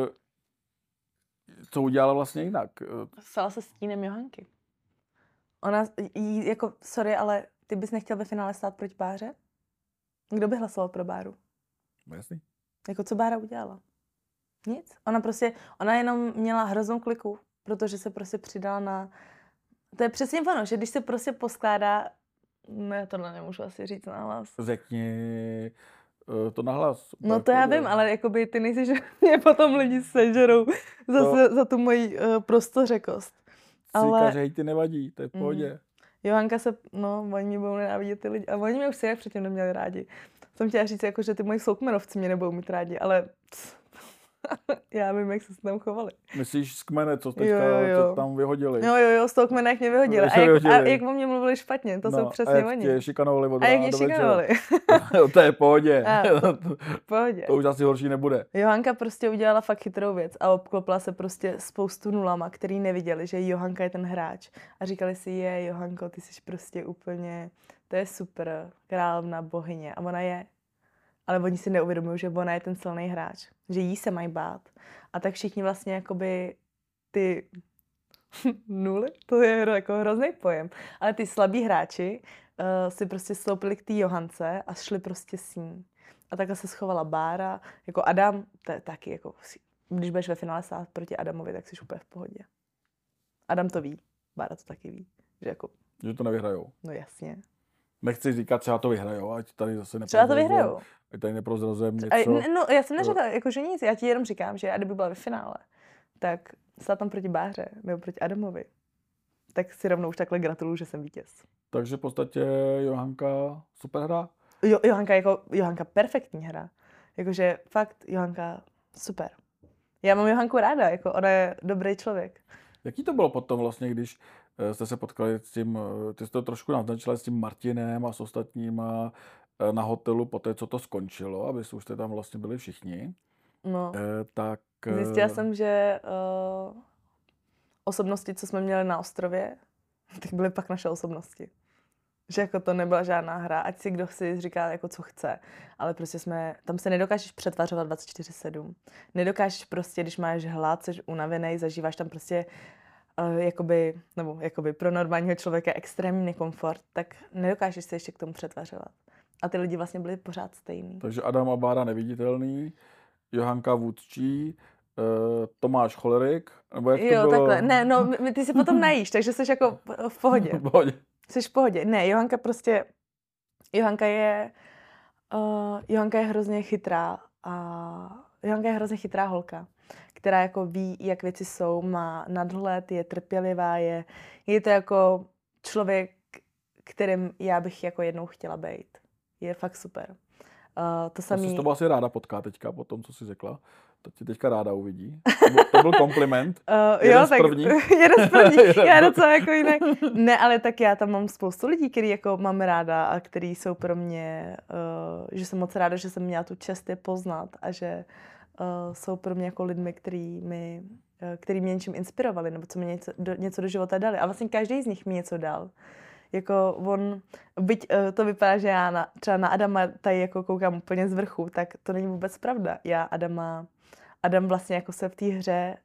co udělala vlastně jinak. Stala se stínem Johanky. Ona, jako, sorry, ale ty bys nechtěl ve finále stát proti Báře? Kdo by hlasoval pro Báru? Jasný. Jako, co Bára udělala? Nic. Ona jenom měla hroznou kliku, protože se prostě přidala na... To je přesně ono, že když se prostě poskládá... No, já tohle nemůžu asi říct nahlas. Řekni to nahlas. No to já vím, ale jakoby ty nejsi, že mě potom lidi sežerou za tu moji prostořekost. Ale... Říkáš, hejty nevadí, to je v pohodě. Johanka oni mě budou nenávidět ty lidi. A oni mě už si jak předtím neměli rádi. Jsem chtěla říct, jako, že ty moji soukmenovci mě nebudou mít rádi, ale... Já vím, jak se s tam chovali. Myslíš z kmene, co teďka to tam vyhodili? Jo, z toho kmene, jak mě vyhodili. A jak o mě mluvili špatně, to jsou přesně oni. A jak tě šikanovali od rána do večera. A jak mě šikanovali. To je v pohodě. Pohodě. To už asi horší nebude. Johanka prostě udělala fakt chytrou věc a obklopila se prostě spoustu nulama, který neviděli, že Johanka je ten hráč. A říkali si, Johanko, ty jsi prostě úplně, to je super, královna, bohyně. A ona je. Ale oni si neuvědomují, že ona je ten silný hráč. Že jí se mají bát. A tak všichni vlastně jakoby ty nuly, to je jako hrozný pojem, ale ty slabí hráči si prostě stoupili k té Johance a šli prostě s ní. A takhle se schovala Bára, jako Adam, to je taky jako, když budeš ve finále stát proti Adamovi, tak jsi úplně v pohodě. Adam to ví, Bára to taky ví. Že to nevyhrajou. No jasně. Nechci říkat, třeba to vyhrajou, ať tady zase třeba to vyhrajou. Ať tady neprozrazujeme něco. No, já jsem neřekla, jakože nic, já ti jenom říkám, že kdyby byla ve finále, tak stát tam proti Báře nebo proti Adamovi, tak si rovnou už takhle gratuluju, že jsem vítěz. Takže v podstatě Johanka super hra? Johanka perfektní hra. Jakože fakt Johanka super. Já mám Johanku ráda, jako ona je dobrý člověk. Jaký to bylo potom vlastně, když jste se potkali s tím, ty jsi to trošku naznačila s tím Martinem a s ostatníma na hotelu po té, co to skončilo, aby už jste tam vlastně byli všichni. No. Tak... Zjistila jsem, že osobnosti, co jsme měli na ostrově, tak byly pak naše osobnosti. Že jako to nebyla žádná hra, ať si kdo si říká jako co chce, ale prostě tam se nedokážeš přetvařovat 24/7. Nedokážeš prostě, když máš hlad, jsi unavený, zažíváš tam prostě jakoby pro normálního člověka extrémní nekomfort, tak nedokážeš se ještě k tomu přetvařovat. A ty lidi vlastně byli pořád stejný. Takže Adam a Bára neviditelný, Johanka vůdčí, Tomáš cholerik, nebo jak to bylo? Jo, takhle. Ne, no, ty si potom najíš, takže jsi jako v pohodě. V pohodě. Jsi v pohodě. Ne, Johanka je hrozně chytrá a Johanka je hrozně chytrá holka, která jako ví, jak věci jsou, má nadhled, je trpělivá, je to jako člověk, kterým já bych jako jednou chtěla být. Je fakt super. To samý... To se s tobou asi ráda potká teďka, po tom, co jsi řekla. To ti teďka ráda uvidí. To byl kompliment. Jeden z prvních. Jeden z prvních. Já docela jako jinak. Ne, ale tak já tam mám spoustu lidí, který jako mám ráda a který jsou pro mě, že jsem moc ráda, že jsem měla tu čest je poznat a že jsou pro mě jako lidmi, který mě něčím inspirovali nebo co mi něco do života dali. A vlastně každý z nich mi něco dal. Jako byť to vypadá, že já třeba na Adama tady jako koukám úplně z vrchu, tak to není vůbec pravda. Adam vlastně jako se v té hře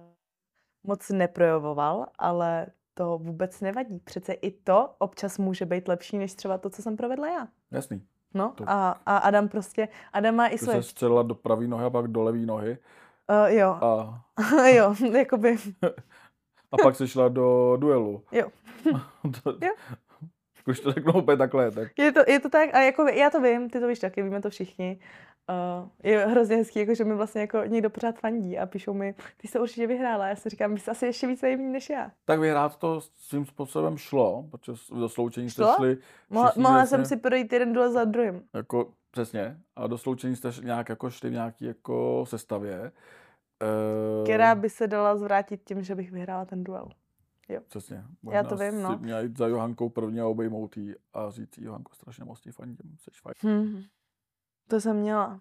moc neprojevoval, ale to vůbec nevadí. Přece i to občas může být lepší, než třeba to, co jsem provedla já. Jasný. No a Adam má i své... Ty se střelila do pravý nohy a pak do levý nohy. Jo. Jo, jakoby... A pak se šla do duelu. Jo. Jo. Už to řeknu úplně takhle. Tak. Je to tak, a jako já to vím, ty to víš taky, víme to všichni. Je hrozně hezký, jako, že mi vlastně jako někdo pořád fandí a píšou mi, ty jsi určitě vyhrála. Já si říkám, jsi asi ještě víc naivní než já. Tak vyhrát to svým způsobem šlo, protože do sloučení jste šli. Mohla jsem si projít jeden duel za druhým. Jako, přesně. A do sloučení jste nějak jako šli v nějaký jako sestavě. Která by se dala zvrátit tím, že bych vyhrála ten duel. Jo. Přesně. Já to vím, no. Měla jít za Johankou prvně a obejmout jí a říct jí, Johanko, strašně moc ti fandím, seš fajn. To jsem měla.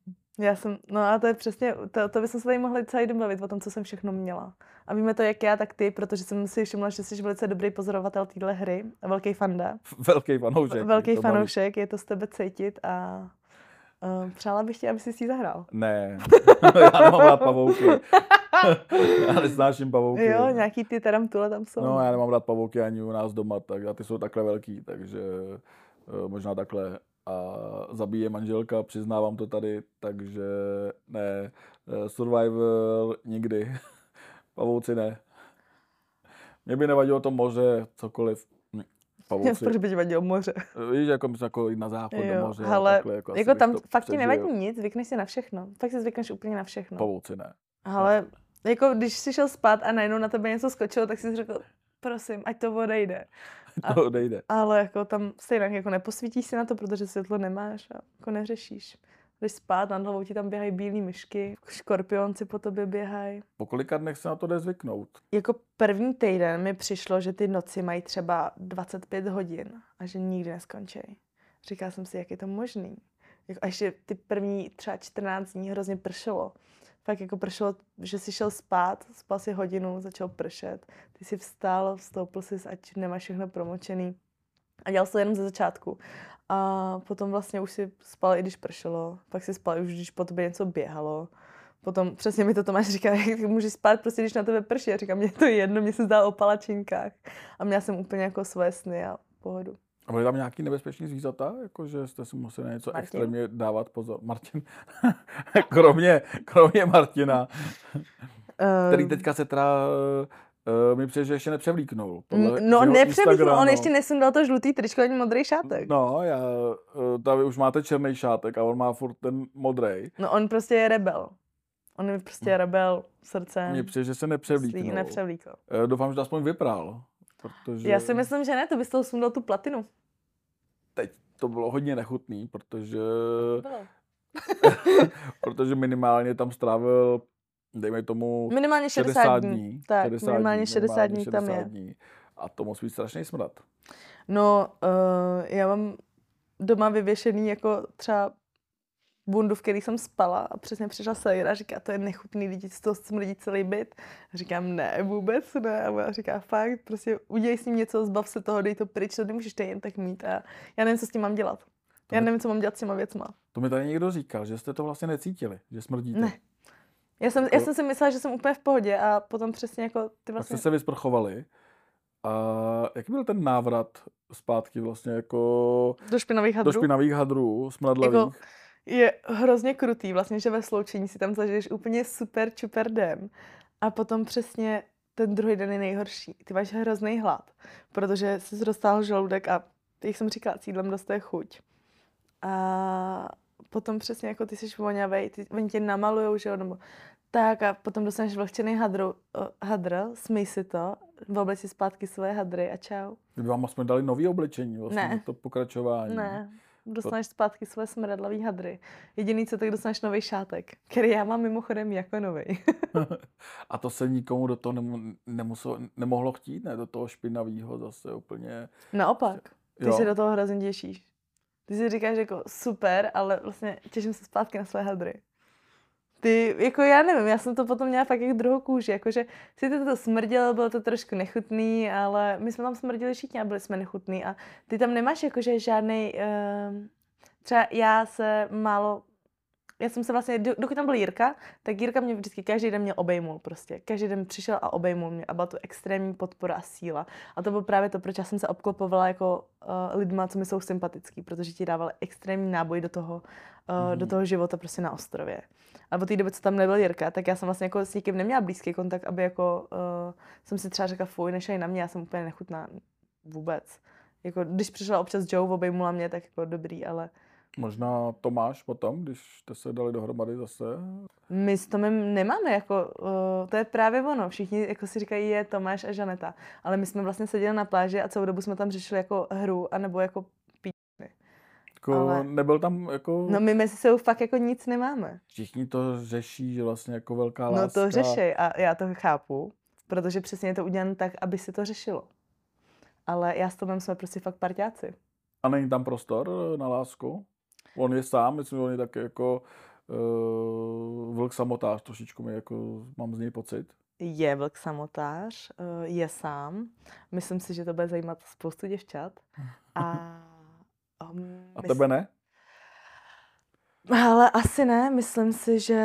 No a to je přesně, to bychom se tady mohli celý den bavit o tom, co jsem všechno měla. A víme to jak já, tak ty, protože jsem si všimla, že jsi velice dobrý pozorovatel téhle hry a velký fanda. Velký fanoušek. Velký fanoušek, je to z tebe cítit a přála bych ti, aby jsi si zahrál. Ne, já nemám rád pavouky. Já nesnáším pavouky. Jo, nějaký ty tarantule tam jsou. No, já nemám rád pavouky ani u nás doma, tak a ty jsou takhle velký, takže možná takhle. A zabíje manželka, přiznávám to tady, takže ne, survival nikdy. Pavouci ne. Mě by nevadilo to moře, cokoliv. Pavouci. Proč by ti vadilo moře? Víš, jako jít na záchod do moře. Ale takhle, jako tam fakt ti nevadí nic, zvykneš si na všechno. Fakt si zvykneš úplně na všechno. Pavouci ne. Ale jako když jsi šel spát a najednou na tebe něco skočilo, tak jsi řekl, prosím, ať to odejde. To odejde. Ale jako tam stejně jako neposvítíš si na to, protože světlo nemáš a jako neřešíš. Když spát, nad hlavou ti tam běhají bílý myšky, škorpionci po tobě běhají. Po kolika dnech se na to jde zvyknout? Jako první týden mi přišlo, že ty noci mají třeba 25 hodin a že nikdy neskončí. Říkala jsem si, jak je to možný. Jako, a ještě ty první třeba 14 dní hrozně pršelo. Fakt jako pršelo, že jsi šel spát, spal si hodinu, začal pršet. Ty jsi vstal, vstoupil jsi, ať nemáš všechno promočený. A dělal jsi to jenom ze začátku. A potom vlastně už si spal, i když pršelo. Pak si spal, už když po tobě něco běhalo. Potom přesně mi to Tomáš říká, jak můžeš spát, prostě když na tebe prší. Já říkám, mě to je jedno, mě se zdá o palačinkách. A měla jsem úplně jako svoje sny a pohodu. A byly tam nějaký nebezpečný zvířata? Jakože jste si museli něco extrémně dávat pozor. Martin. kromě Martina. Který teďka se teda mi přijde, že ještě nepřevlíknul. No nepřevlíknul, on ještě nesundal to žlutý tričko ani modrý šátek. No, tady už máte černý šátek a on má furt ten modrej. No on prostě je rebel. On je prostě rebel srdcem. Mně přijde, že se nepřevlíknul. Doufám, že to aspoň vypral. Protože... Já si myslím, že ne, to bys toho sundal tu platinu. Teď to bylo hodně nechutný, protože minimálně tam strávil, dejme tomu, minimálně 60 dní. Tak, 60 dní tam je. Dní. A to musí být strašný smrad. No, já mám doma vyvěšený jako třeba bundu, v který jsem spala a přesně přišla Sejra a říká, to je nechutný, lidi, z toho smrdí celý byt. A říkám, ne, vůbec ne. A ona říká, fakt, prostě udělej s ním něco, zbav se toho, dej to pryč, to nemůžeš to jen tak mít. A já nevím, co s tím mám dělat. Já nevím, co mám dělat s těma věcma. To mi tady někdo říkal, že jste to vlastně necítili, že smrdíte. Ne. Já jsem si myslela, že jsem úplně v pohodě a potom přesně jako ty vlastně... Tak jste se vysprchovali. A jaký byl ten návrat zpátky vlastně jako... Do špinavých hadrů, smradlavých? Jako, je hrozně krutý vlastně, že ve sloučení si tam zažiješ úplně super den a potom přesně ten druhý den je nejhorší. Ty máš hrozný hlad, protože jsi roztáhl žaludek a jak jsem říkala, s jídlem dostaje chuť. A potom přesně jako ty jsi vonavej, oni tě namalujou, že jo, nebo tak a potom dostaneš vlhčený hadr, smyj si to, oblej si zpátky svoje hadry a čau. Kdyby vám jsme dali nový oblečení, vlastně Ne. to pokračování. Ne, dostaneš zpátky svoje smradlavý hadry. Jediný, co tak dostaneš nový šátek, který já mám mimochodem jako nový. A to se nikomu do toho nemohlo chtít, ne? Do toho špinavýho zase úplně... Naopak, ty se do toho hrozně těšíš. Ty si říkáš jako super, ale vlastně těším se zpátky na své hadry. Ty, jako já nevím, já jsem to potom měla fakt jak druhou kůži, jakože si to smrdělo, bylo to trošku nechutný, ale my jsme tam smrdili všichni a byli jsme nechutný a ty tam nemáš jakože žádnej, třeba já jsem se vlastně, dokud tam byl Jirka, tak Jirka mě vždycky každý den mě obejmul prostě. Každý den přišel a obejmul mě a byla to extrémní podpora a síla. A to bylo právě to, proč já jsem se obklopovala jako lidma, co mi jsou sympatický, protože ti dávali extrémní náboj do toho života prostě na ostrově. A od té doby, co tam nebyl Jirka, tak já jsem vlastně jako s nikým neměla blízký kontakt, aby jako jsem si třeba řekla fuj, nešaj na mě, já jsem úplně nechutná vůbec. Jako, když přišla občas Joe, obejmula mě, tak jako dobrý, ale... Možná Tomáš potom, když jste se dali dohromady zase? My s Tomem nemáme jako, to je právě ono, všichni jako si říkají je Tomáš a Žaneta, ale my jsme vlastně seděli na pláži a celou dobu jsme tam řešili jako hru, anebo jako píčny. Jako ale... Nebyl tam jako... No my mezi sebou fakt jako nic nemáme. Všichni to řeší, že vlastně jako velká láska. No to řešej a já to chápu, protože přesně je to udělané tak, aby si to řešilo. Ale já s Tomem jsme prostě fakt parťáci. A není tam prostor na lásku? On je sám, myslím, že on je tak jako vlk samotář, trošičku mám z něj pocit. Je vlk samotář, je sám. Myslím si, že to bude zajímat spoustu děvčat. A tebe ne? Ale asi ne, myslím si, že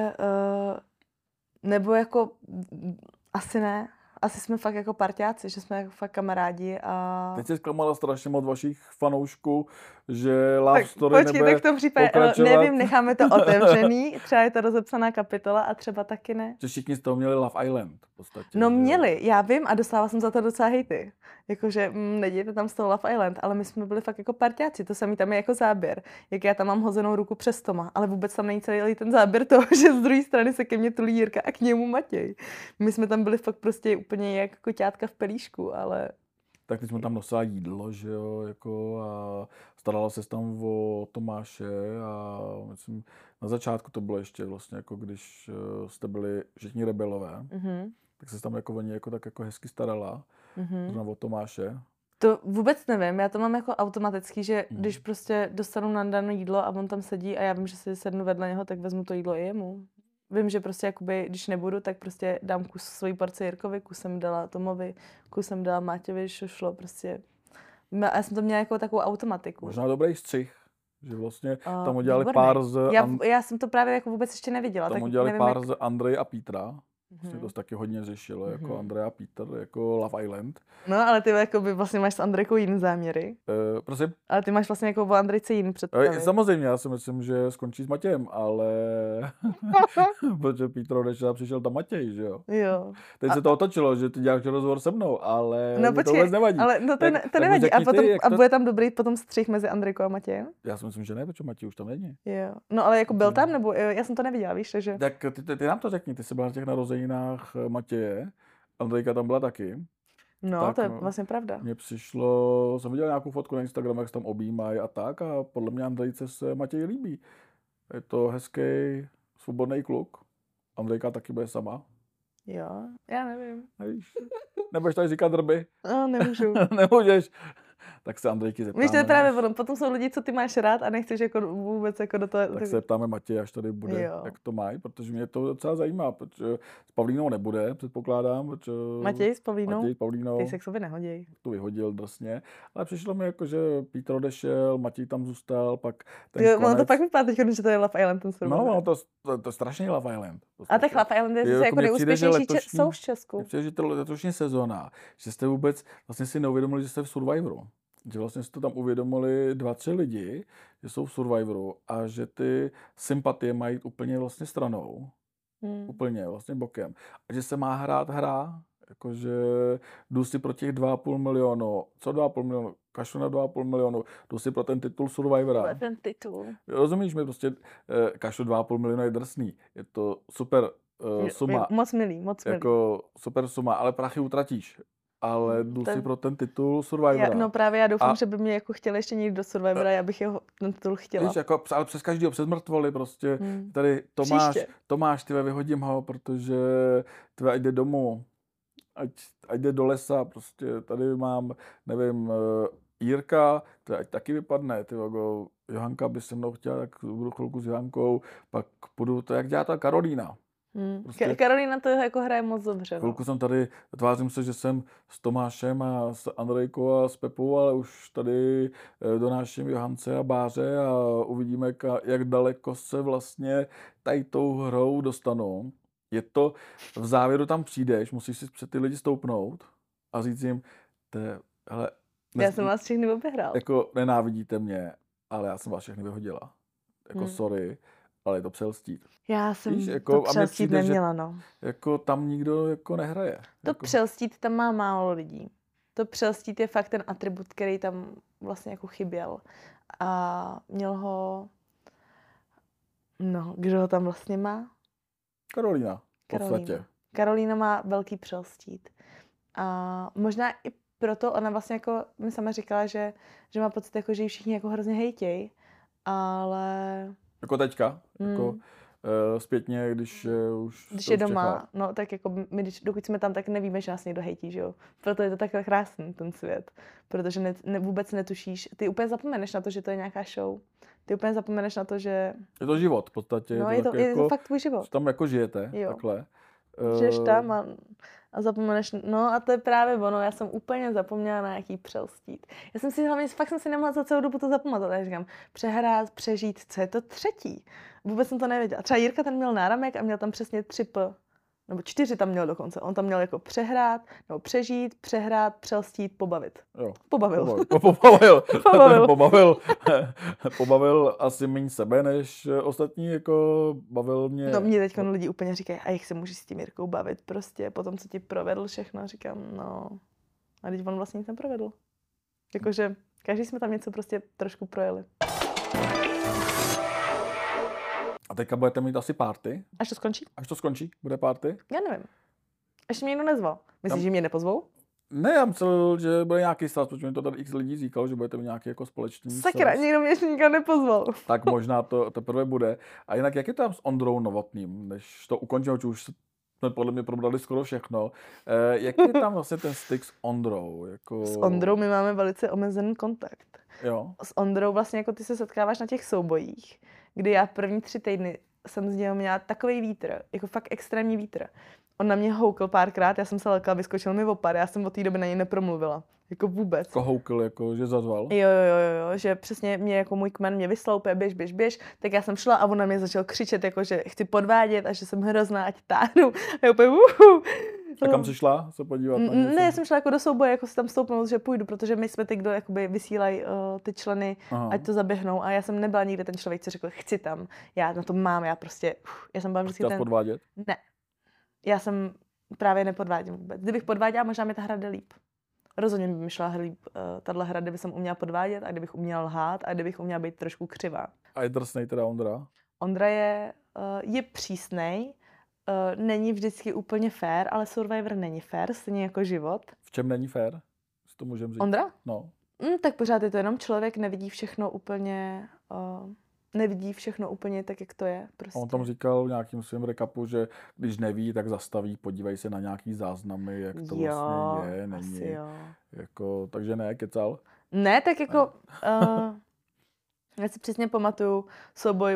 nebo jako asi ne. Asi jsme fakt jako parťáci, že jsme jako fakt kamarádi a... Teď jsi zklamala strašně moc vašich fanoušků, že Love Story počkej, tak v tom případě, nevím, necháme to otevřený, třeba je to rozepsaná kapitola a třeba taky ne. Že všichni z toho měli Love Island v podstatě. No měli, já vím a dostala jsem za to docela hejty. Jakože nedějte tam z toho Love Island, ale my jsme byli fakt jako parťáci, to samý tam je jako záběr. Jak já tam mám hozenou ruku přes Toma, ale vůbec tam není celý ten záběr toho, že z druhé strany se ke mně tulí Jirka a k němu Matěj. My jsme tam byli fakt prostě úplně jak koťátka v pelíšku, ale... Tak teď jsme tam nosila jídlo, že jo, jako a starala se tam o Tomáše a myslím, na začátku to bylo ještě vlastně jako když jste byli všichni rebelové, tak se tam jako o ně jako tak jako hezky starala, o Tomáše. To vůbec nevím, já to mám jako automaticky, že když prostě dostanu nandané jídlo a on tam sedí a já vím, že si sednu vedle něho, tak vezmu to jídlo i jemu. Vím, že prostě jakoby, když nebudu, tak prostě dám kus svojí porci Jirkovi, kusem dala Tomovi, kusem dala Mátěvi, šušlo prostě. A já jsem to měla jako takovou automatiku. Možná dobrý střih, že vlastně tam udělali pár z... Já jsem to právě jako vůbec ještě neviděla. Tam udělali pár z Andreje a Petra. Vlastně to taky hodně řešilo, jako Andrea a Peter, jako Love Island. No, ale ty jako by vlastně máš s Andrejkou jiný záměry. Prosím? Ale ty máš vlastně jako o Andrejce jiný představy. Samozřejmě, já si myslím, že skončí s Matějem, ale... Protože Peter odešel a přišel tam Matěj, že jo? Jo. Teď se to otočilo, že ty děláš rozhovor se mnou, ale no, to vůbec nevadí. Ale no to nevadí. A bude tam dobrý potom střih mezi Andrejkou a Matějem? Já si myslím, že ne, protože Matěj už tam není. Jo. No ale jako byl tam, nebo já jsem to neviděla, víš, takže... Tak ty nám to řekni, ty jsi byla na těch narozeninách Matěje, Andrejka tam byla taky. No, tak, to je vlastně pravda. Mně přišlo, jsem viděl nějakou fotku na Instagramu, jak se tam objímají a tak a podle mě Andrejce se Matěj líbí. Je to hezký, svobodný kluk. Andrejka taky bude sama. Jo, já nevím. Nevíš? Nebudeš tady říkat drby? No, nemůžu. Nemůžeš. Tak se Andrejky zeptáme. Víš, to je právě ono. Potom jsou lidi, co ty máš rád a nechceš jako vůbec jako do toho... Tak se zeptáme Matěje, až tady bude, Jo. jak to mají, protože mě to docela zajímá, protože s Pavlínou nebude, předpokládám. Protože Matěj s Pavlínou? Matěj s Pavlínou. Ty se k sobě nehodí. To vyhodil drsně, ale přišlo mi jako, že Petr odešel, Matěj tam zůstal, pak ten Jo, konec. No to pak vypadá teď, že to je Love Island ten Survivor. No, to je strašně Love Island. A tak Love Island je jako jako mně přijde, že nejúspěšnější show v Česku. Mně přijde, že to letošní sezóna, že jste vůbec vlastně si neuvědomili, že jste v Survivoru. Že vlastně jste tam uvědomili 2-3 lidi, že jsou v Survivoru a že ty sympatie mají úplně vlastně stranou. Úplně vlastně bokem. A že se má hrát hra, jakože jdu si pro těch 2,5 milionu. Co 2,5 milionu? Kašlu na 2,5 milionu. Jdu si pro ten titul Survivora. Ten titul. Rozumíš mi? Prostě kašlu 2,5 milionu je drsný. Je to super suma. Moc milý. Jako super suma, ale prachy utratíš. Ale jdu si pro ten titul Survivora. No právě já doufám, že by mě jako chtěl ještě někdo do Survivora, já bych ten titul chtěla. Víš, jako, ale přes každýho, přes mrtvoly prostě. Tady Tomáš, tyve, vyhodím ho, protože tyve, ať jde domů. Ať jde do lesa, prostě tady mám, nevím, Jirka, to ať taky vypadne, tyvo, Johanka by se mnou chtěla, tak budu chvilku s Johankou, pak půjdu to, jak dělá ta Karolína. Prostě Karolína to jako hraje moc dobře. Chvilku jsem tady, tvářím se, že jsem s Tomášem a s Andrejkou a s Pepou, ale už tady donáším Johance a Báře a uvidíme, jak daleko se vlastně tady tou hrou dostanou. Je to, v závěru tam přijdeš, musíš si před ty lidi stoupnout a říct jim, hele, já jsem vás všechny oběhral. Jako nenávidíte mě, ale já jsem vás všechny vyhodila. Jako sorry, ale je to přelstít. Já jsem víš, jako, to přelstít neměla, no. Jako tam nikdo jako nehraje. To jako... přelstít tam má málo lidí. To přelstít je fakt ten atribut, který tam vlastně jako chyběl. A měl ho... No, kdo ho tam vlastně má? Karolína. V podstatě. Karolína má velký přelstít. A možná i proto ona vlastně jako mi sama říkala, že má pocit, jako, že ji všichni jako hrozně hejtěj, ale... Jako teďka? Jako zpětně, když je doma, no tak jako my, dokud jsme tam, tak nevíme, že nás někdo hejtí, že jo. Proto je to takhle krásný, ten svět. Protože vůbec netušíš, ty úplně zapomeneš na to, že to je nějaká show. Ty úplně zapomeneš na to, že... Je to život v podstatě. No, je to fakt tvůj život. Tam jako žijete, jo. takhle. Žiješ tam a zapomeneš, no a to je právě ono, já jsem úplně zapomněla na nějaký přelstít. Já jsem si hlavně, fakt jsem si nemohla za celou dobu to zapamatovat, já říkám, přehrát, přežít, co je to třetí? Vůbec jsem to nevěděla. Třeba Jirka ten měl náramek a měl tam přesně 3P, nebo 4 tam měl dokonce. On tam měl jako přehrát, nebo přežít, přehrát, přelstít, pobavit. Jo. Pobavil. Pobavil asi méně sebe, než ostatní, jako bavil mě. No mě teď lidi úplně říkají, a jak se můžeš s tím Jirkou bavit prostě, po tom, co ti provedl všechno, říkám, no. A teď on vlastně nic neprovedl. Jakože každý jsme tam něco prostě trošku projeli. A teďka budete mít asi party? Až to skončí? Až to skončí? Bude party? Já nevím. Ještě mě někdo nezval. Myslíš, že mě nepozvou? Ne, já myslel, že bude nějaký stav, protože mi to tady x lidí říkalo, že budete mít nějaký jako společný Sakra, někdo mě ještě nikdo nepozval. Tak možná to teprve bude. A jinak, jak je tam s Ondrou Novotným, než to ukončíme, už jsme podle mě probrali skoro všechno. Jak je tam vlastně ten styk s Ondrou? Jako... S Ondrou my máme velice omezený kontakt. Jo. S Ondrou vlastně jako ty se setkáváš na těch soubojích, kdy já první 3 týdny jsem z něho měla takovej vítr, jako fakt extrémní vítr. On na mě houkl párkrát, já jsem se lekla, vyskočil mi opad, já jsem od té doby na něj nepromluvila. Jako vůbec. Jako houkl, jako že zazval? Jo, že přesně mě jako můj kmen mě vysloupe, běž, tak já jsem šla a on na mě začal křičet, jako že chci podvádět a že jsem hrozná, ať táhnu. A úplně A kam jsi šla se podívat? Ne, já jsem šla jako do souboje, jako si tam stoupnout, že půjdu, protože my jsme ty, kdo jakoby vysílají ty členy, ať to zaběhnou. A já jsem nebyla nikde ten člověk, co řekl, chci tam, já na to mám, já prostě, já jsem byla vždycky ten... podvádět? Ne, já jsem právě nepodváděl vůbec. Kdybych podváděla, možná mi ta hra jde líp. Rozhodně by mi šla líp tahle hra, kdyby jsem uměla podvádět a kdybych uměla lhát a kdybych uměla být trošku křivá. A je drsnej teda Ondra? Ondra je přísnej, není vždycky úplně fair, ale Survivor není fair, stejně jako život. V čem není fair? Si to můžeme říct. Ondra? No. Tak pořád je to jenom člověk, nevidí všechno úplně tak, jak to je. Prostě. On tam říkal v nějakým svým recapu, že když neví, tak zastaví, podívej se na nějaký záznamy, jak to vlastně je, není. Jo. Jako, takže ne, kecal. Ne, tak jako... Já si přesně pamatuju souboj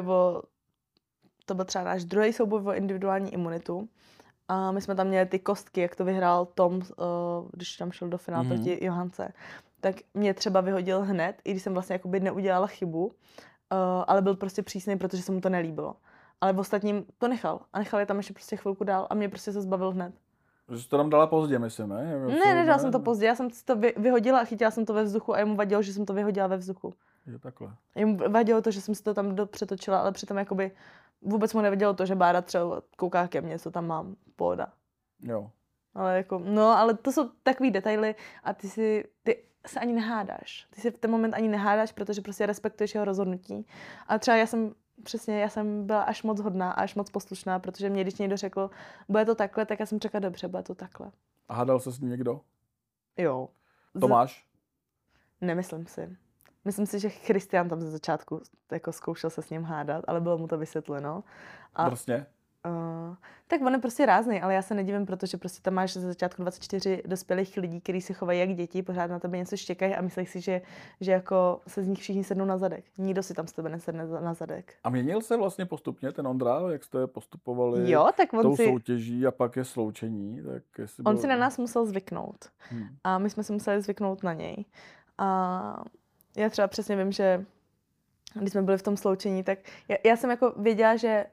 to byl třeba náš druhý souboj o individuální imunitu. A my jsme tam měli ty kostky, jak to vyhrál Tom, když tam šel do finále proti Johance. Tak mě třeba vyhodil hned, i když jsem vlastně jakoby neudělala chybu, ale byl prostě přísný, protože se mu to nelíbilo. Ale v ostatním to nechal. A nechal je tam ještě prostě chvilku dál a mě prostě se zbavil hned. Že jsi to tam dala pozdě, myslím, ne? Ne, nedala jsem to pozdě, já jsem to vyhodila a chytila jsem to ve vzduchu a jemu vadilo, že jsem to vyhodila ve vzduchu. Jo, takhle. Jemu vadilo to, že jsem si to tam přetočila, ale přitom jakoby vůbec mu nevadilo to, že Bára třeba kouká ke mně, co tam mám, pohoda. Jo. Ale jako, no, ale to jsou takový detaily a ty se ani nehádáš. Ty si v ten moment ani nehádáš, protože prostě respektuješ jeho rozhodnutí. A třeba já jsem byla až moc hodná a až moc poslušná, protože mě, když někdo řekl, bude to takhle, tak já jsem řekla, dobře, bude to takhle. A hádal se s ním někdo? Jo. Tomáš? Nemyslím si. Myslím si, že Christian tam ze začátku jako zkoušel se s ním hádat, ale bylo mu to vysvětleno. Prostě? Tak on je prostě rázný, ale já se nedivím, protože prostě tam máš ze začátku 24 dospělých lidí, kteří se chovají jak děti, pořád na tebe něco štěkají a myslí si, že jako se z nich všichni sednou na zadek. Nikdo si tam z tebe nesedne na zadek. A měnil se vlastně postupně ten Ondra, jak jste postupovali tak tou soutěží a pak je sloučení? Tak on si na nás musel zvyknout. A my jsme si museli zvyknout na něj. A já třeba přesně vím, že když jsme byli v tom sloučení, tak já jsem jako věděla, že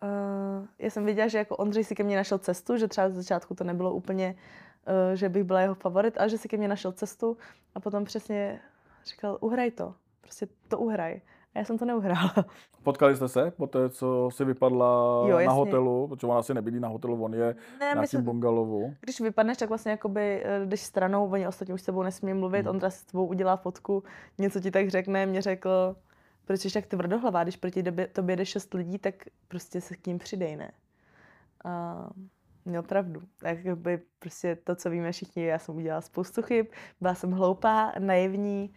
jako Ondřej si ke mně našel cestu, že třeba z začátku to nebylo úplně, že bych byla jeho favorit, ale že si ke mně našel cestu a potom přesně říkal, uhraj to, prostě to uhraj. A já jsem to neuhrála. Potkali jste se po té, co si vypadla na hotelu, protože ona asi nebydlí na hotelu, on je na nějakým bungalovu. Když vypadneš, tak vlastně jakoby jdeš stranou, oni ostatní už s tebou nesmí mluvit, Ondra si s tebou udělá fotku, něco ti tak řekne, mě řekl, proč jsi tak tvrdohlavá, když proti tobě jde 6 lidí, tak prostě se k ním přidej, ne? A měl pravdu. Tak by prostě to, co víme všichni, já jsem udělala spoustu chyb, byla jsem hloupá, naivní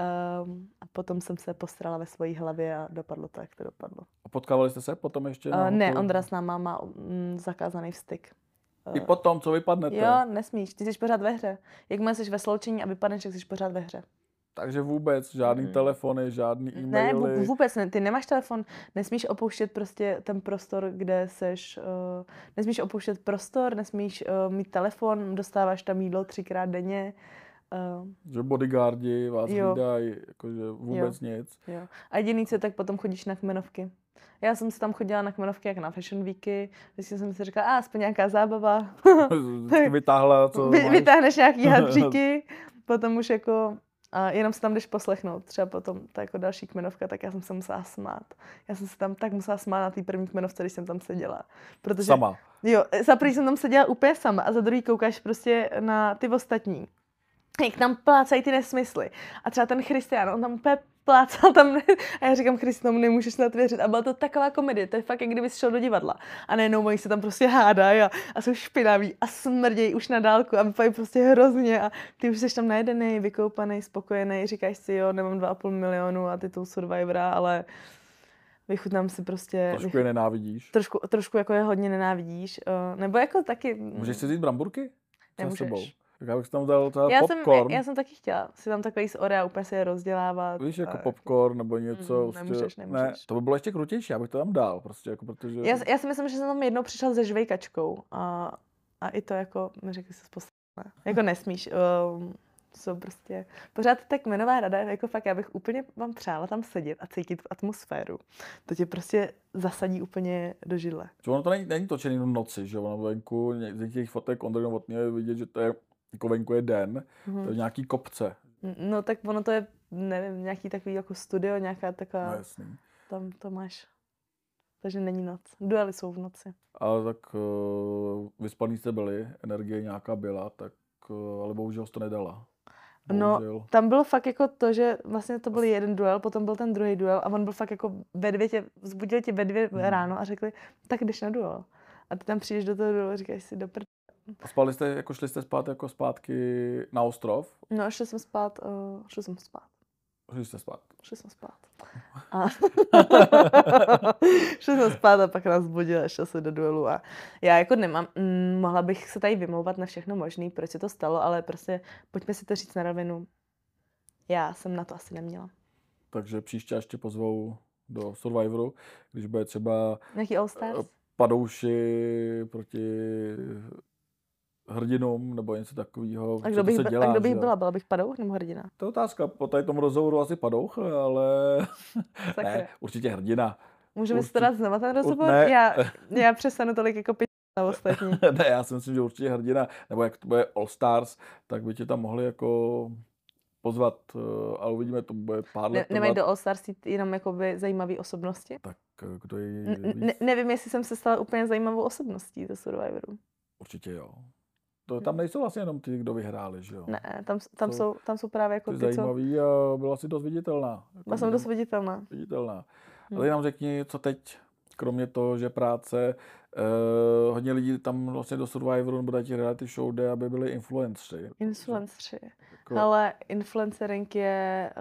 a potom jsem se postrala ve své hlavě a dopadlo to, jak to dopadlo. A potkávali jste se potom ještě? Ne, Ondra s náma má zakázaný styk. I potom, co vypadnete? Jo, nesmíš, ty jsi pořád ve hře. Jakmile jsi ve sloučení a vypadneš, tak jsi pořád ve hře. Takže vůbec žádný telefony, žádný e-maily. Ne, vůbec ne. Ty nemáš telefon, nesmíš opouštět prostě ten prostor, kde seš, nesmíš opouštět prostor, nesmíš mít telefon, dostáváš tam jídlo 3krát denně. Že bodyguardi vás hlídají, jakože vůbec nic. Jo. A jediný co, tak potom chodíš na kmenovky. Já jsem si tam chodila na kmenovky jak na Fashion Weeky, vždycky jsem si říkala, aspoň nějaká zábava. Vytáhla, co vytáhneš nějaký hadříky, potom už jako a jenom se tam jdeš poslechnout. Třeba potom ta jako další kmenovka, tak já jsem se musela smát. Já jsem se tam tak musela smát na té první kmenovce, když jsem tam seděla. Protože, sama? Jo, za první jsem tam seděla úplně sama a za druhý koukáš prostě na ty ostatní. Jak tam plácají ty nesmysly. A třeba ten Christian, on tam úplně plácal tam, a já říkám, Christi, tomu nemůžeš snad věřit. A byla to taková komedie, to je fakt, jak kdybys šel do divadla. A najednou oni se tam prostě hádají a jsou špinaví a smrdějí už na dálku a vypadají prostě hrozně a ty už jsi tam najedený, vykoupaný, spokojený, říkáš si, jo, nemám 2,5 milionu a titul Survivora, ale vychutnám si prostě... Trošku je nenávidíš? Trošku jako je hodně nenávidíš. Nebo jako taky... Můžeš si vzít bramburky? Nemůžeš. Tak já bych tam dal popcorn. Já jsem taky chtěla si tam takový z Oreo úplně si je rozdělávat. Víš, jako popcorn nebo něco. Nemůžeš. Ne, to by bylo ještě krutější, já bych to tam dal, prostě, jako protože... Já si myslím, že jsem tam jednou přišla se žvejkačkou a i to jako, mi řekli se posledné. Jako nesmíš. Jsou prostě, pořád tak kmenová rada, jako fakt, já bych úplně vám přála tam sedět a cítit tu atmosféru. To tě prostě zasadí úplně do židle. Ono to není točený v noci, že ono venku, z těch fotek Ondry Novotný je vidět, že to je, jako venku je den, to je nějaký kopce. No tak ono to je, nevím, nějaký takový jako studio, nějaká taková, no, jasný. Tam to máš. Takže není noc. Duely jsou v noci. Ale tak vyspaný jste byli, energie nějaká byla, tak ale bohužel jsi to nedala. Bohužel. No, tam bylo fakt jako to, že vlastně to byl jeden duel, potom byl ten druhý duel a on byl fakt jako vzbudil tě ve 2 ráno a řekli, tak jdeš na duel. A ty tam přijdeš do toho duelu a říkáš si, A spali jste, jako šli jste spát jako zpátky na ostrov? No, šli jsme spát. Šli jsme spát. A šli jsme spát a pak nás budil a šel se do duelu a já jako nemám, mohla bych se tady vymlouvat na všechno možný, proč se to stalo, ale prostě pojďme si to říct na rovinu. Já jsem na to asi neměla. Takže příště ještě pozvou do Survivoru, když bude třeba Nějaký All Stars? padouši proti hrdinům nebo něco takového. A Co to se dělá, kdo bych že jo? byla? Byla bych padouch nebo hrdina? To je otázka. Po tady tomu rozhovoru asi padouch, ale ne, určitě hrdina. Můžeme si to dát znova ten rozhovor? Ne. Já přestanu tolik jako na ostatní. Ne, já si myslím, že určitě hrdina, nebo jak to bude All Stars, tak by tě tam mohli jako pozvat, ale uvidíme, to bude pár let. Nemají do All Stars jít jenom jakoby zajímavý osobnosti? Tak kdo je Nevím, jestli jsem se stala úplně zajímavou osobností do Survivoru. Určitě jo. Tam nejsou vlastně jenom ty, kdo vyhráli, že jo? Ne, tam jsou právě jako ty, zajímavý a byla si dost viditelná. Byla jsem dost viditelná. Ale nám řekni, co teď, kromě toho, že práce, hodně lidí tam vlastně do Survivoru nebo do těch reality show jde, aby byli influenceri. Ale influencering je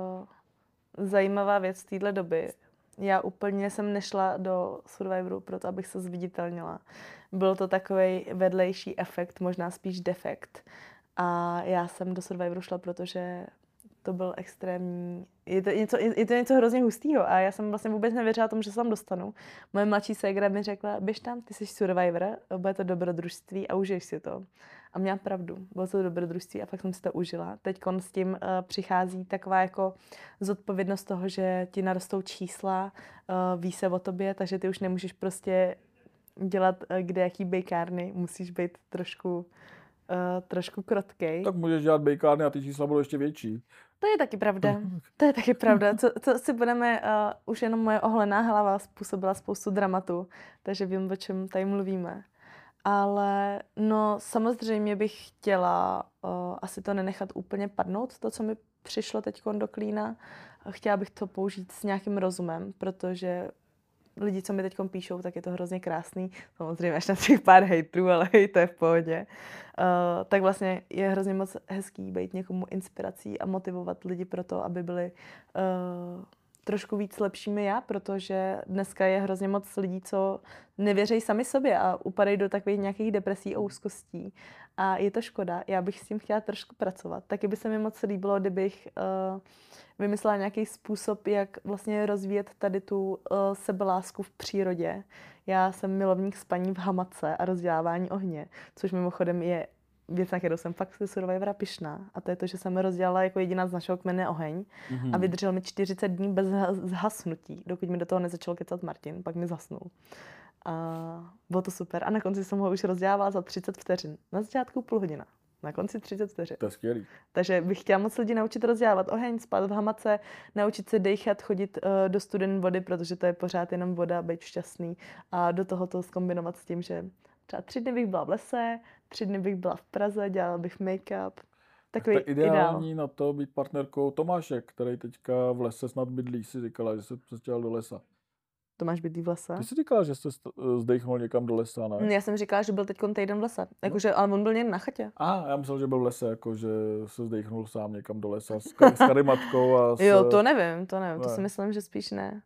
zajímavá věc v téhle doby. Já úplně jsem nešla do Survivoru proto, abych se zviditelnila. Byl to takový vedlejší efekt, možná spíš defekt. A já jsem do Survivoru šla, protože to byl extrémní... Je to něco hrozně hustýho a já jsem vlastně vůbec nevěřila tomu, že se tam dostanu. Moje mladší ségra mi řekla, běž tam, ty jsi Survivor, bude to dobrodružství a užiješ si to. A měla pravdu, bylo to dobrodružství a fakt jsem si to užila. Teď s tím přichází taková jako zodpovědnost toho, že ti narostou čísla, ví se o tobě, takže ty už nemůžeš prostě dělat kdejaký bejkárny, musíš být trošku krotkej. Tak můžeš dělat bejkárny a ty čísla budou ještě větší. To je taky pravda. Co si budeme, už jenom moje oholená hlava způsobila spoustu dramatu, takže vím, o čem tady mluvíme. Ale no samozřejmě bych chtěla asi to nenechat úplně padnout, to, co mi přišlo teď do klína. Chtěla bych to použít s nějakým rozumem, protože lidi, co mi teď píšou, tak je to hrozně krásný. Samozřejmě až na těch pár hejtrů, ale to je v pohodě. Tak vlastně je hrozně moc hezký být někomu inspirací a motivovat lidi pro to, aby byli trošku víc lepšími já, protože dneska je hrozně moc lidí, co nevěří sami sobě a upadají do takových nějakých depresí a úzkostí. A je to škoda. Já bych s tím chtěla trošku pracovat. Taky by se mi moc líbilo, kdybych vymyslela nějaký způsob, jak vlastně rozvíjet tady tu sebelásku v přírodě. Já jsem milovník spaní v hamace a rozdělávání ohně, což mimochodem je věc, na kterou jsem fakt ze Survivora pyšná. A to je to, že jsem rozdělala jako jediná z našeho kmene oheň a vydržel mi 40 dní bez zhasnutí, dokud mi do toho nezačal kecat Martin, pak mi zhasnul. A bylo to super. A na konci jsem ho už rozdělávala za 30 vteřin. Na začátku půl hodina. Na konci 30 vteřin. To je skvělý. Takže bych chtěla moc lidí naučit rozdělávat oheň, spát v hamace, naučit se dejchat, chodit do studené vody, protože to je pořád jenom voda, být šťastný. A do toho to zkombinovat s tím, že třeba 3 dny bych byla v lese, 3 dny bych byla v Praze, dělala bych make-up. Takový tak ideální na to být partnerkou Tomáše, který teďka v lese snad bydlí, si říkala, že se přestěhoval do lesa. Tomáš bydlí v lese? Ty jsi říkala, že jsi zdechnul někam do lesa, ne? Já jsem říkala, že byl teď týden v lese. Jakože, ale on byl jen na chatě. Já myslel, že byl v lese, jakože se zdechnul sám někam do lesa s karimatkou a Jo, to nevím. To si myslím, že spíš ne.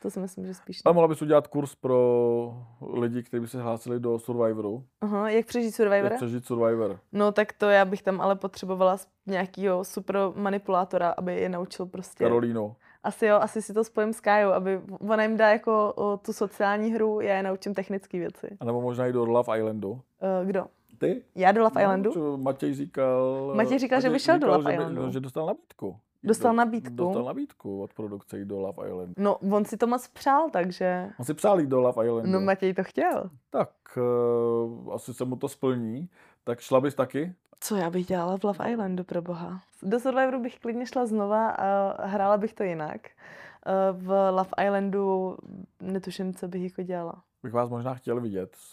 Ale mohla bys udělat kurz pro lidi, kteří by se hlásili do Survivoru. Aha, jak přežít Survivor? No tak to já bych tam ale potřebovala nějakýho super manipulátora, aby je naučil prostě. Karolínu. Asi si to spojím s Kájou, aby ona jim dá jako tu sociální hru, já je naučím technické věci. A nebo možná i do Love Islandu. Kdo? Ty? Já do Love Islandu? Matěj říkal, že by šel do Love Islandu. Že dostal nabídku. Dostal nabídku od produkce jít do Love Islandu. No, on si to moc přál, takže... On si přál jít do Love Islandu. No, Matěj to chtěl. Tak, asi se mu to splní. Tak šla bys taky? Co já bych dělala v Love Islandu, pro boha? Do Survivoru bych klidně šla znova a hrála bych to jinak. V Love Islandu netuším, co bych jako dělala. Bych vás možná chtěl vidět z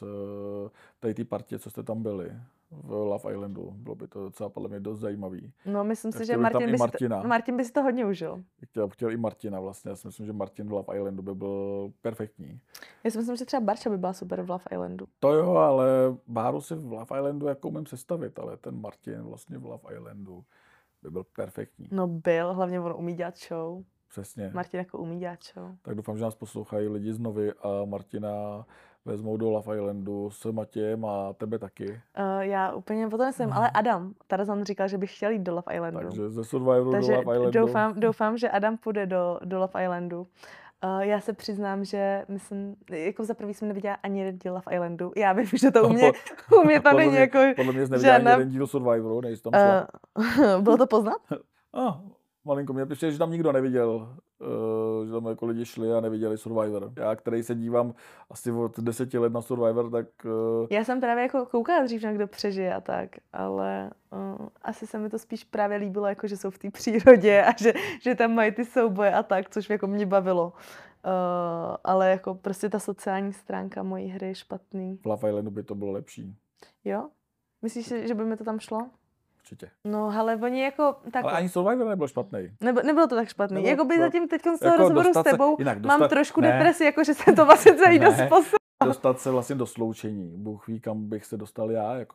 té partě, co jste tam byli v Love Islandu. Bylo by to docela podle mě dost zajímavý. No, myslím si, že Martin by si to hodně užil. Chtěl i Martina vlastně. Já si myslím, že Martin v Love Islandu by byl perfektní. Já si myslím, že třeba Barča by byla super v Love Islandu. To jo, ale Báru si v Love Islandu jako umím představit, ale ten Martin vlastně v Love Islandu by byl perfektní. No hlavně on umí dělat show. Přesně. Martin jako umí dělat show. Tak doufám, že nás poslouchají lidi z Novy a Martina vezmou do Love Islandu s Matějem a tebe taky. Já úplně o to nesem, ale Adam Tarzan říkal, že by chtěl jít do Love Islandu. Takže ze Survivoru Takže do Love Islandu. doufám, že Adam půjde do Love Islandu. Já se přiznám, že myslím, jako za prvý jsem neviděla ani jeden díl Love Islandu. Já vím, že to u mě to není jako podle mě jsi neviděla ani jeden díl Survivoru, nejsi tam šla. Bylo to poznat? Malinko, mě přišlo, že tam nikdo neviděl, že tam jako lidi šli a neviděli Survivor. Já, který se dívám asi od 10 let na Survivor, tak... Já jsem právě jako koukala dřív na kdo přežije a tak, ale asi se mi to spíš právě líbilo, jako že jsou v té přírodě a že tam mají ty souboje a tak, což jako mě bavilo. Ale jako prostě ta sociální stránka mojí hry je špatný. V Love Islandu by to bylo lepší. Jo? Myslíš, že by mi to tam šlo? Určitě. No, ale oni jako... Tak... Ale ani Survivor nebyl špatný. Nebylo to tak špatný. Nebylo, Jakoby zatím teď z toho jako rozhovoru s tebou mám trošku depresi, jako že se to vlastně celý dost posunul. Dostat se vlastně do sloučení. Bůh ví, kam bych se dostal já. Jako.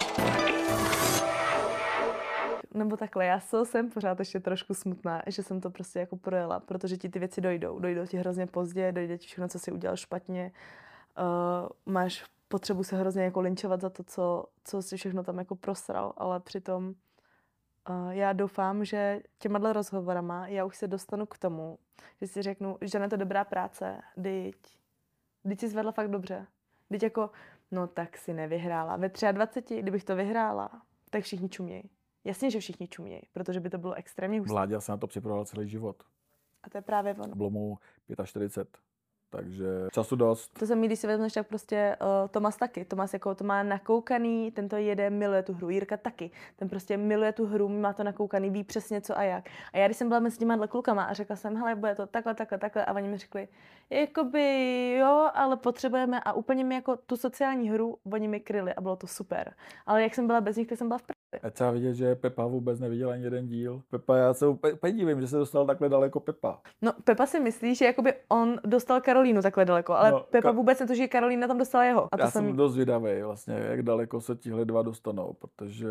Nebo takhle, já jsem pořád ještě trošku smutná, že jsem to prostě jako projela, protože ti ty věci dojdou. Dojdou ti hrozně pozdě, dojde ti všechno, co si udělal špatně. Máš potřebu se hrozně jako linčovat za to, co si všechno tam jako prosral, ale přitom já doufám, že těma rozhovorama já už se dostanu k tomu, že si řeknu, že je to dobrá práce, teď si zvedla fakt dobře. Teď jako, no tak si nevyhrála. Ve 23, kdybych to vyhrála, tak všichni čumějí. Jasně, že všichni čumějí, protože by to bylo extrémně hustý. Vláďa se na to připravoval celý život. A to je právě ono. Bylo mu 45. Takže času dost. To se mi, když si vezmeš, tak prostě Tomas taky. Tomas jako to má nakoukaný, ten to jede, miluje tu hru. Jirka taky. Ten prostě miluje tu hru, má to nakoukaný, ví přesně co a jak. A já když jsem byla mezi těma klukama a řekla jsem, hele, bude to takhle a oni mi řekli, jakoby jo, ale potřebujeme a úplně mi jako tu sociální hru oni mi kryli a bylo to super. Ale jak jsem byla bez nich, tak jsem byla v práci. Je třeba vidět, že Pepa vůbec neviděla ani jeden díl. Pepa, já se úplně divím, že se dostal takhle daleko Pepa. No, Pepa si myslí, že jakoby on dostal Karolínu takhle daleko, ale no, Pepa vůbec netuší, že Karolína tam dostala jeho. A to já jsem dost zvědavý vlastně, jak daleko se tihle dva dostanou, protože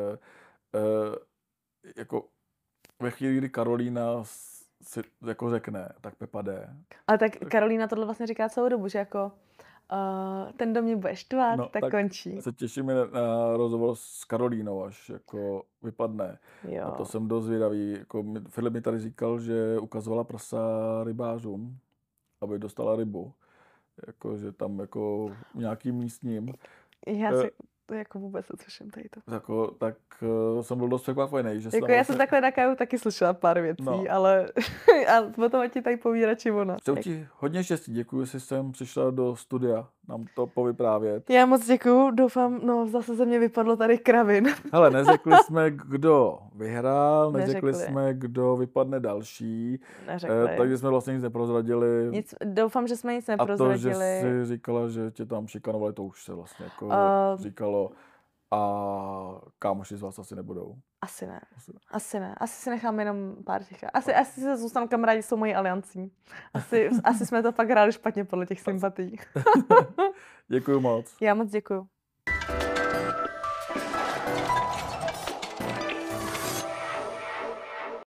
jako ve chvíli, kdy Karolína si jako řekne, tak Pepa jde. Ale tak Karolína tohle vlastně říká celou dobu, že jako ten do mě bude štvat, no, tak končí. Se těšíme na rozhovor s Karolínou, až jako vypadne. Jo. A to jsem dost zvědavý. Jako Filip mi tady říkal, že ukazovala prsa rybářům, aby dostala rybu. Jako, že tam jako nějakým místním. Já si jako vůbec netuším tady to. Jako, tak jsem byl dost překvapený. Že jako já jsem takhle na Kaju taky slyšela pár věcí, no. Ale a potom ti tady poví radši ona. Přeju ti hodně štěstí, děkuji, že jsem přišla do studia nám to povyprávět. Já moc děkuju, doufám, no zase ze mě vypadlo tady kravin. Hele, neřekli jsme, kdo vyhrál, neřekli jsme, kdo vypadne další, takže jsme vlastně nic neprozradili. Doufám, že jsme nic neprozradili. A to, že jsi říkala, že tě tam šikanovali, to už se vlastně jako říkalo. A kámoši z vás asi nebudou. Asi ne. Asi si nechám jenom pár těch. Asi se zůstanou kamarádi s tou mojí aliancí. Asi jsme to fakt hráli špatně podle těch sympatií. Děkuju moc. Já moc děkuju.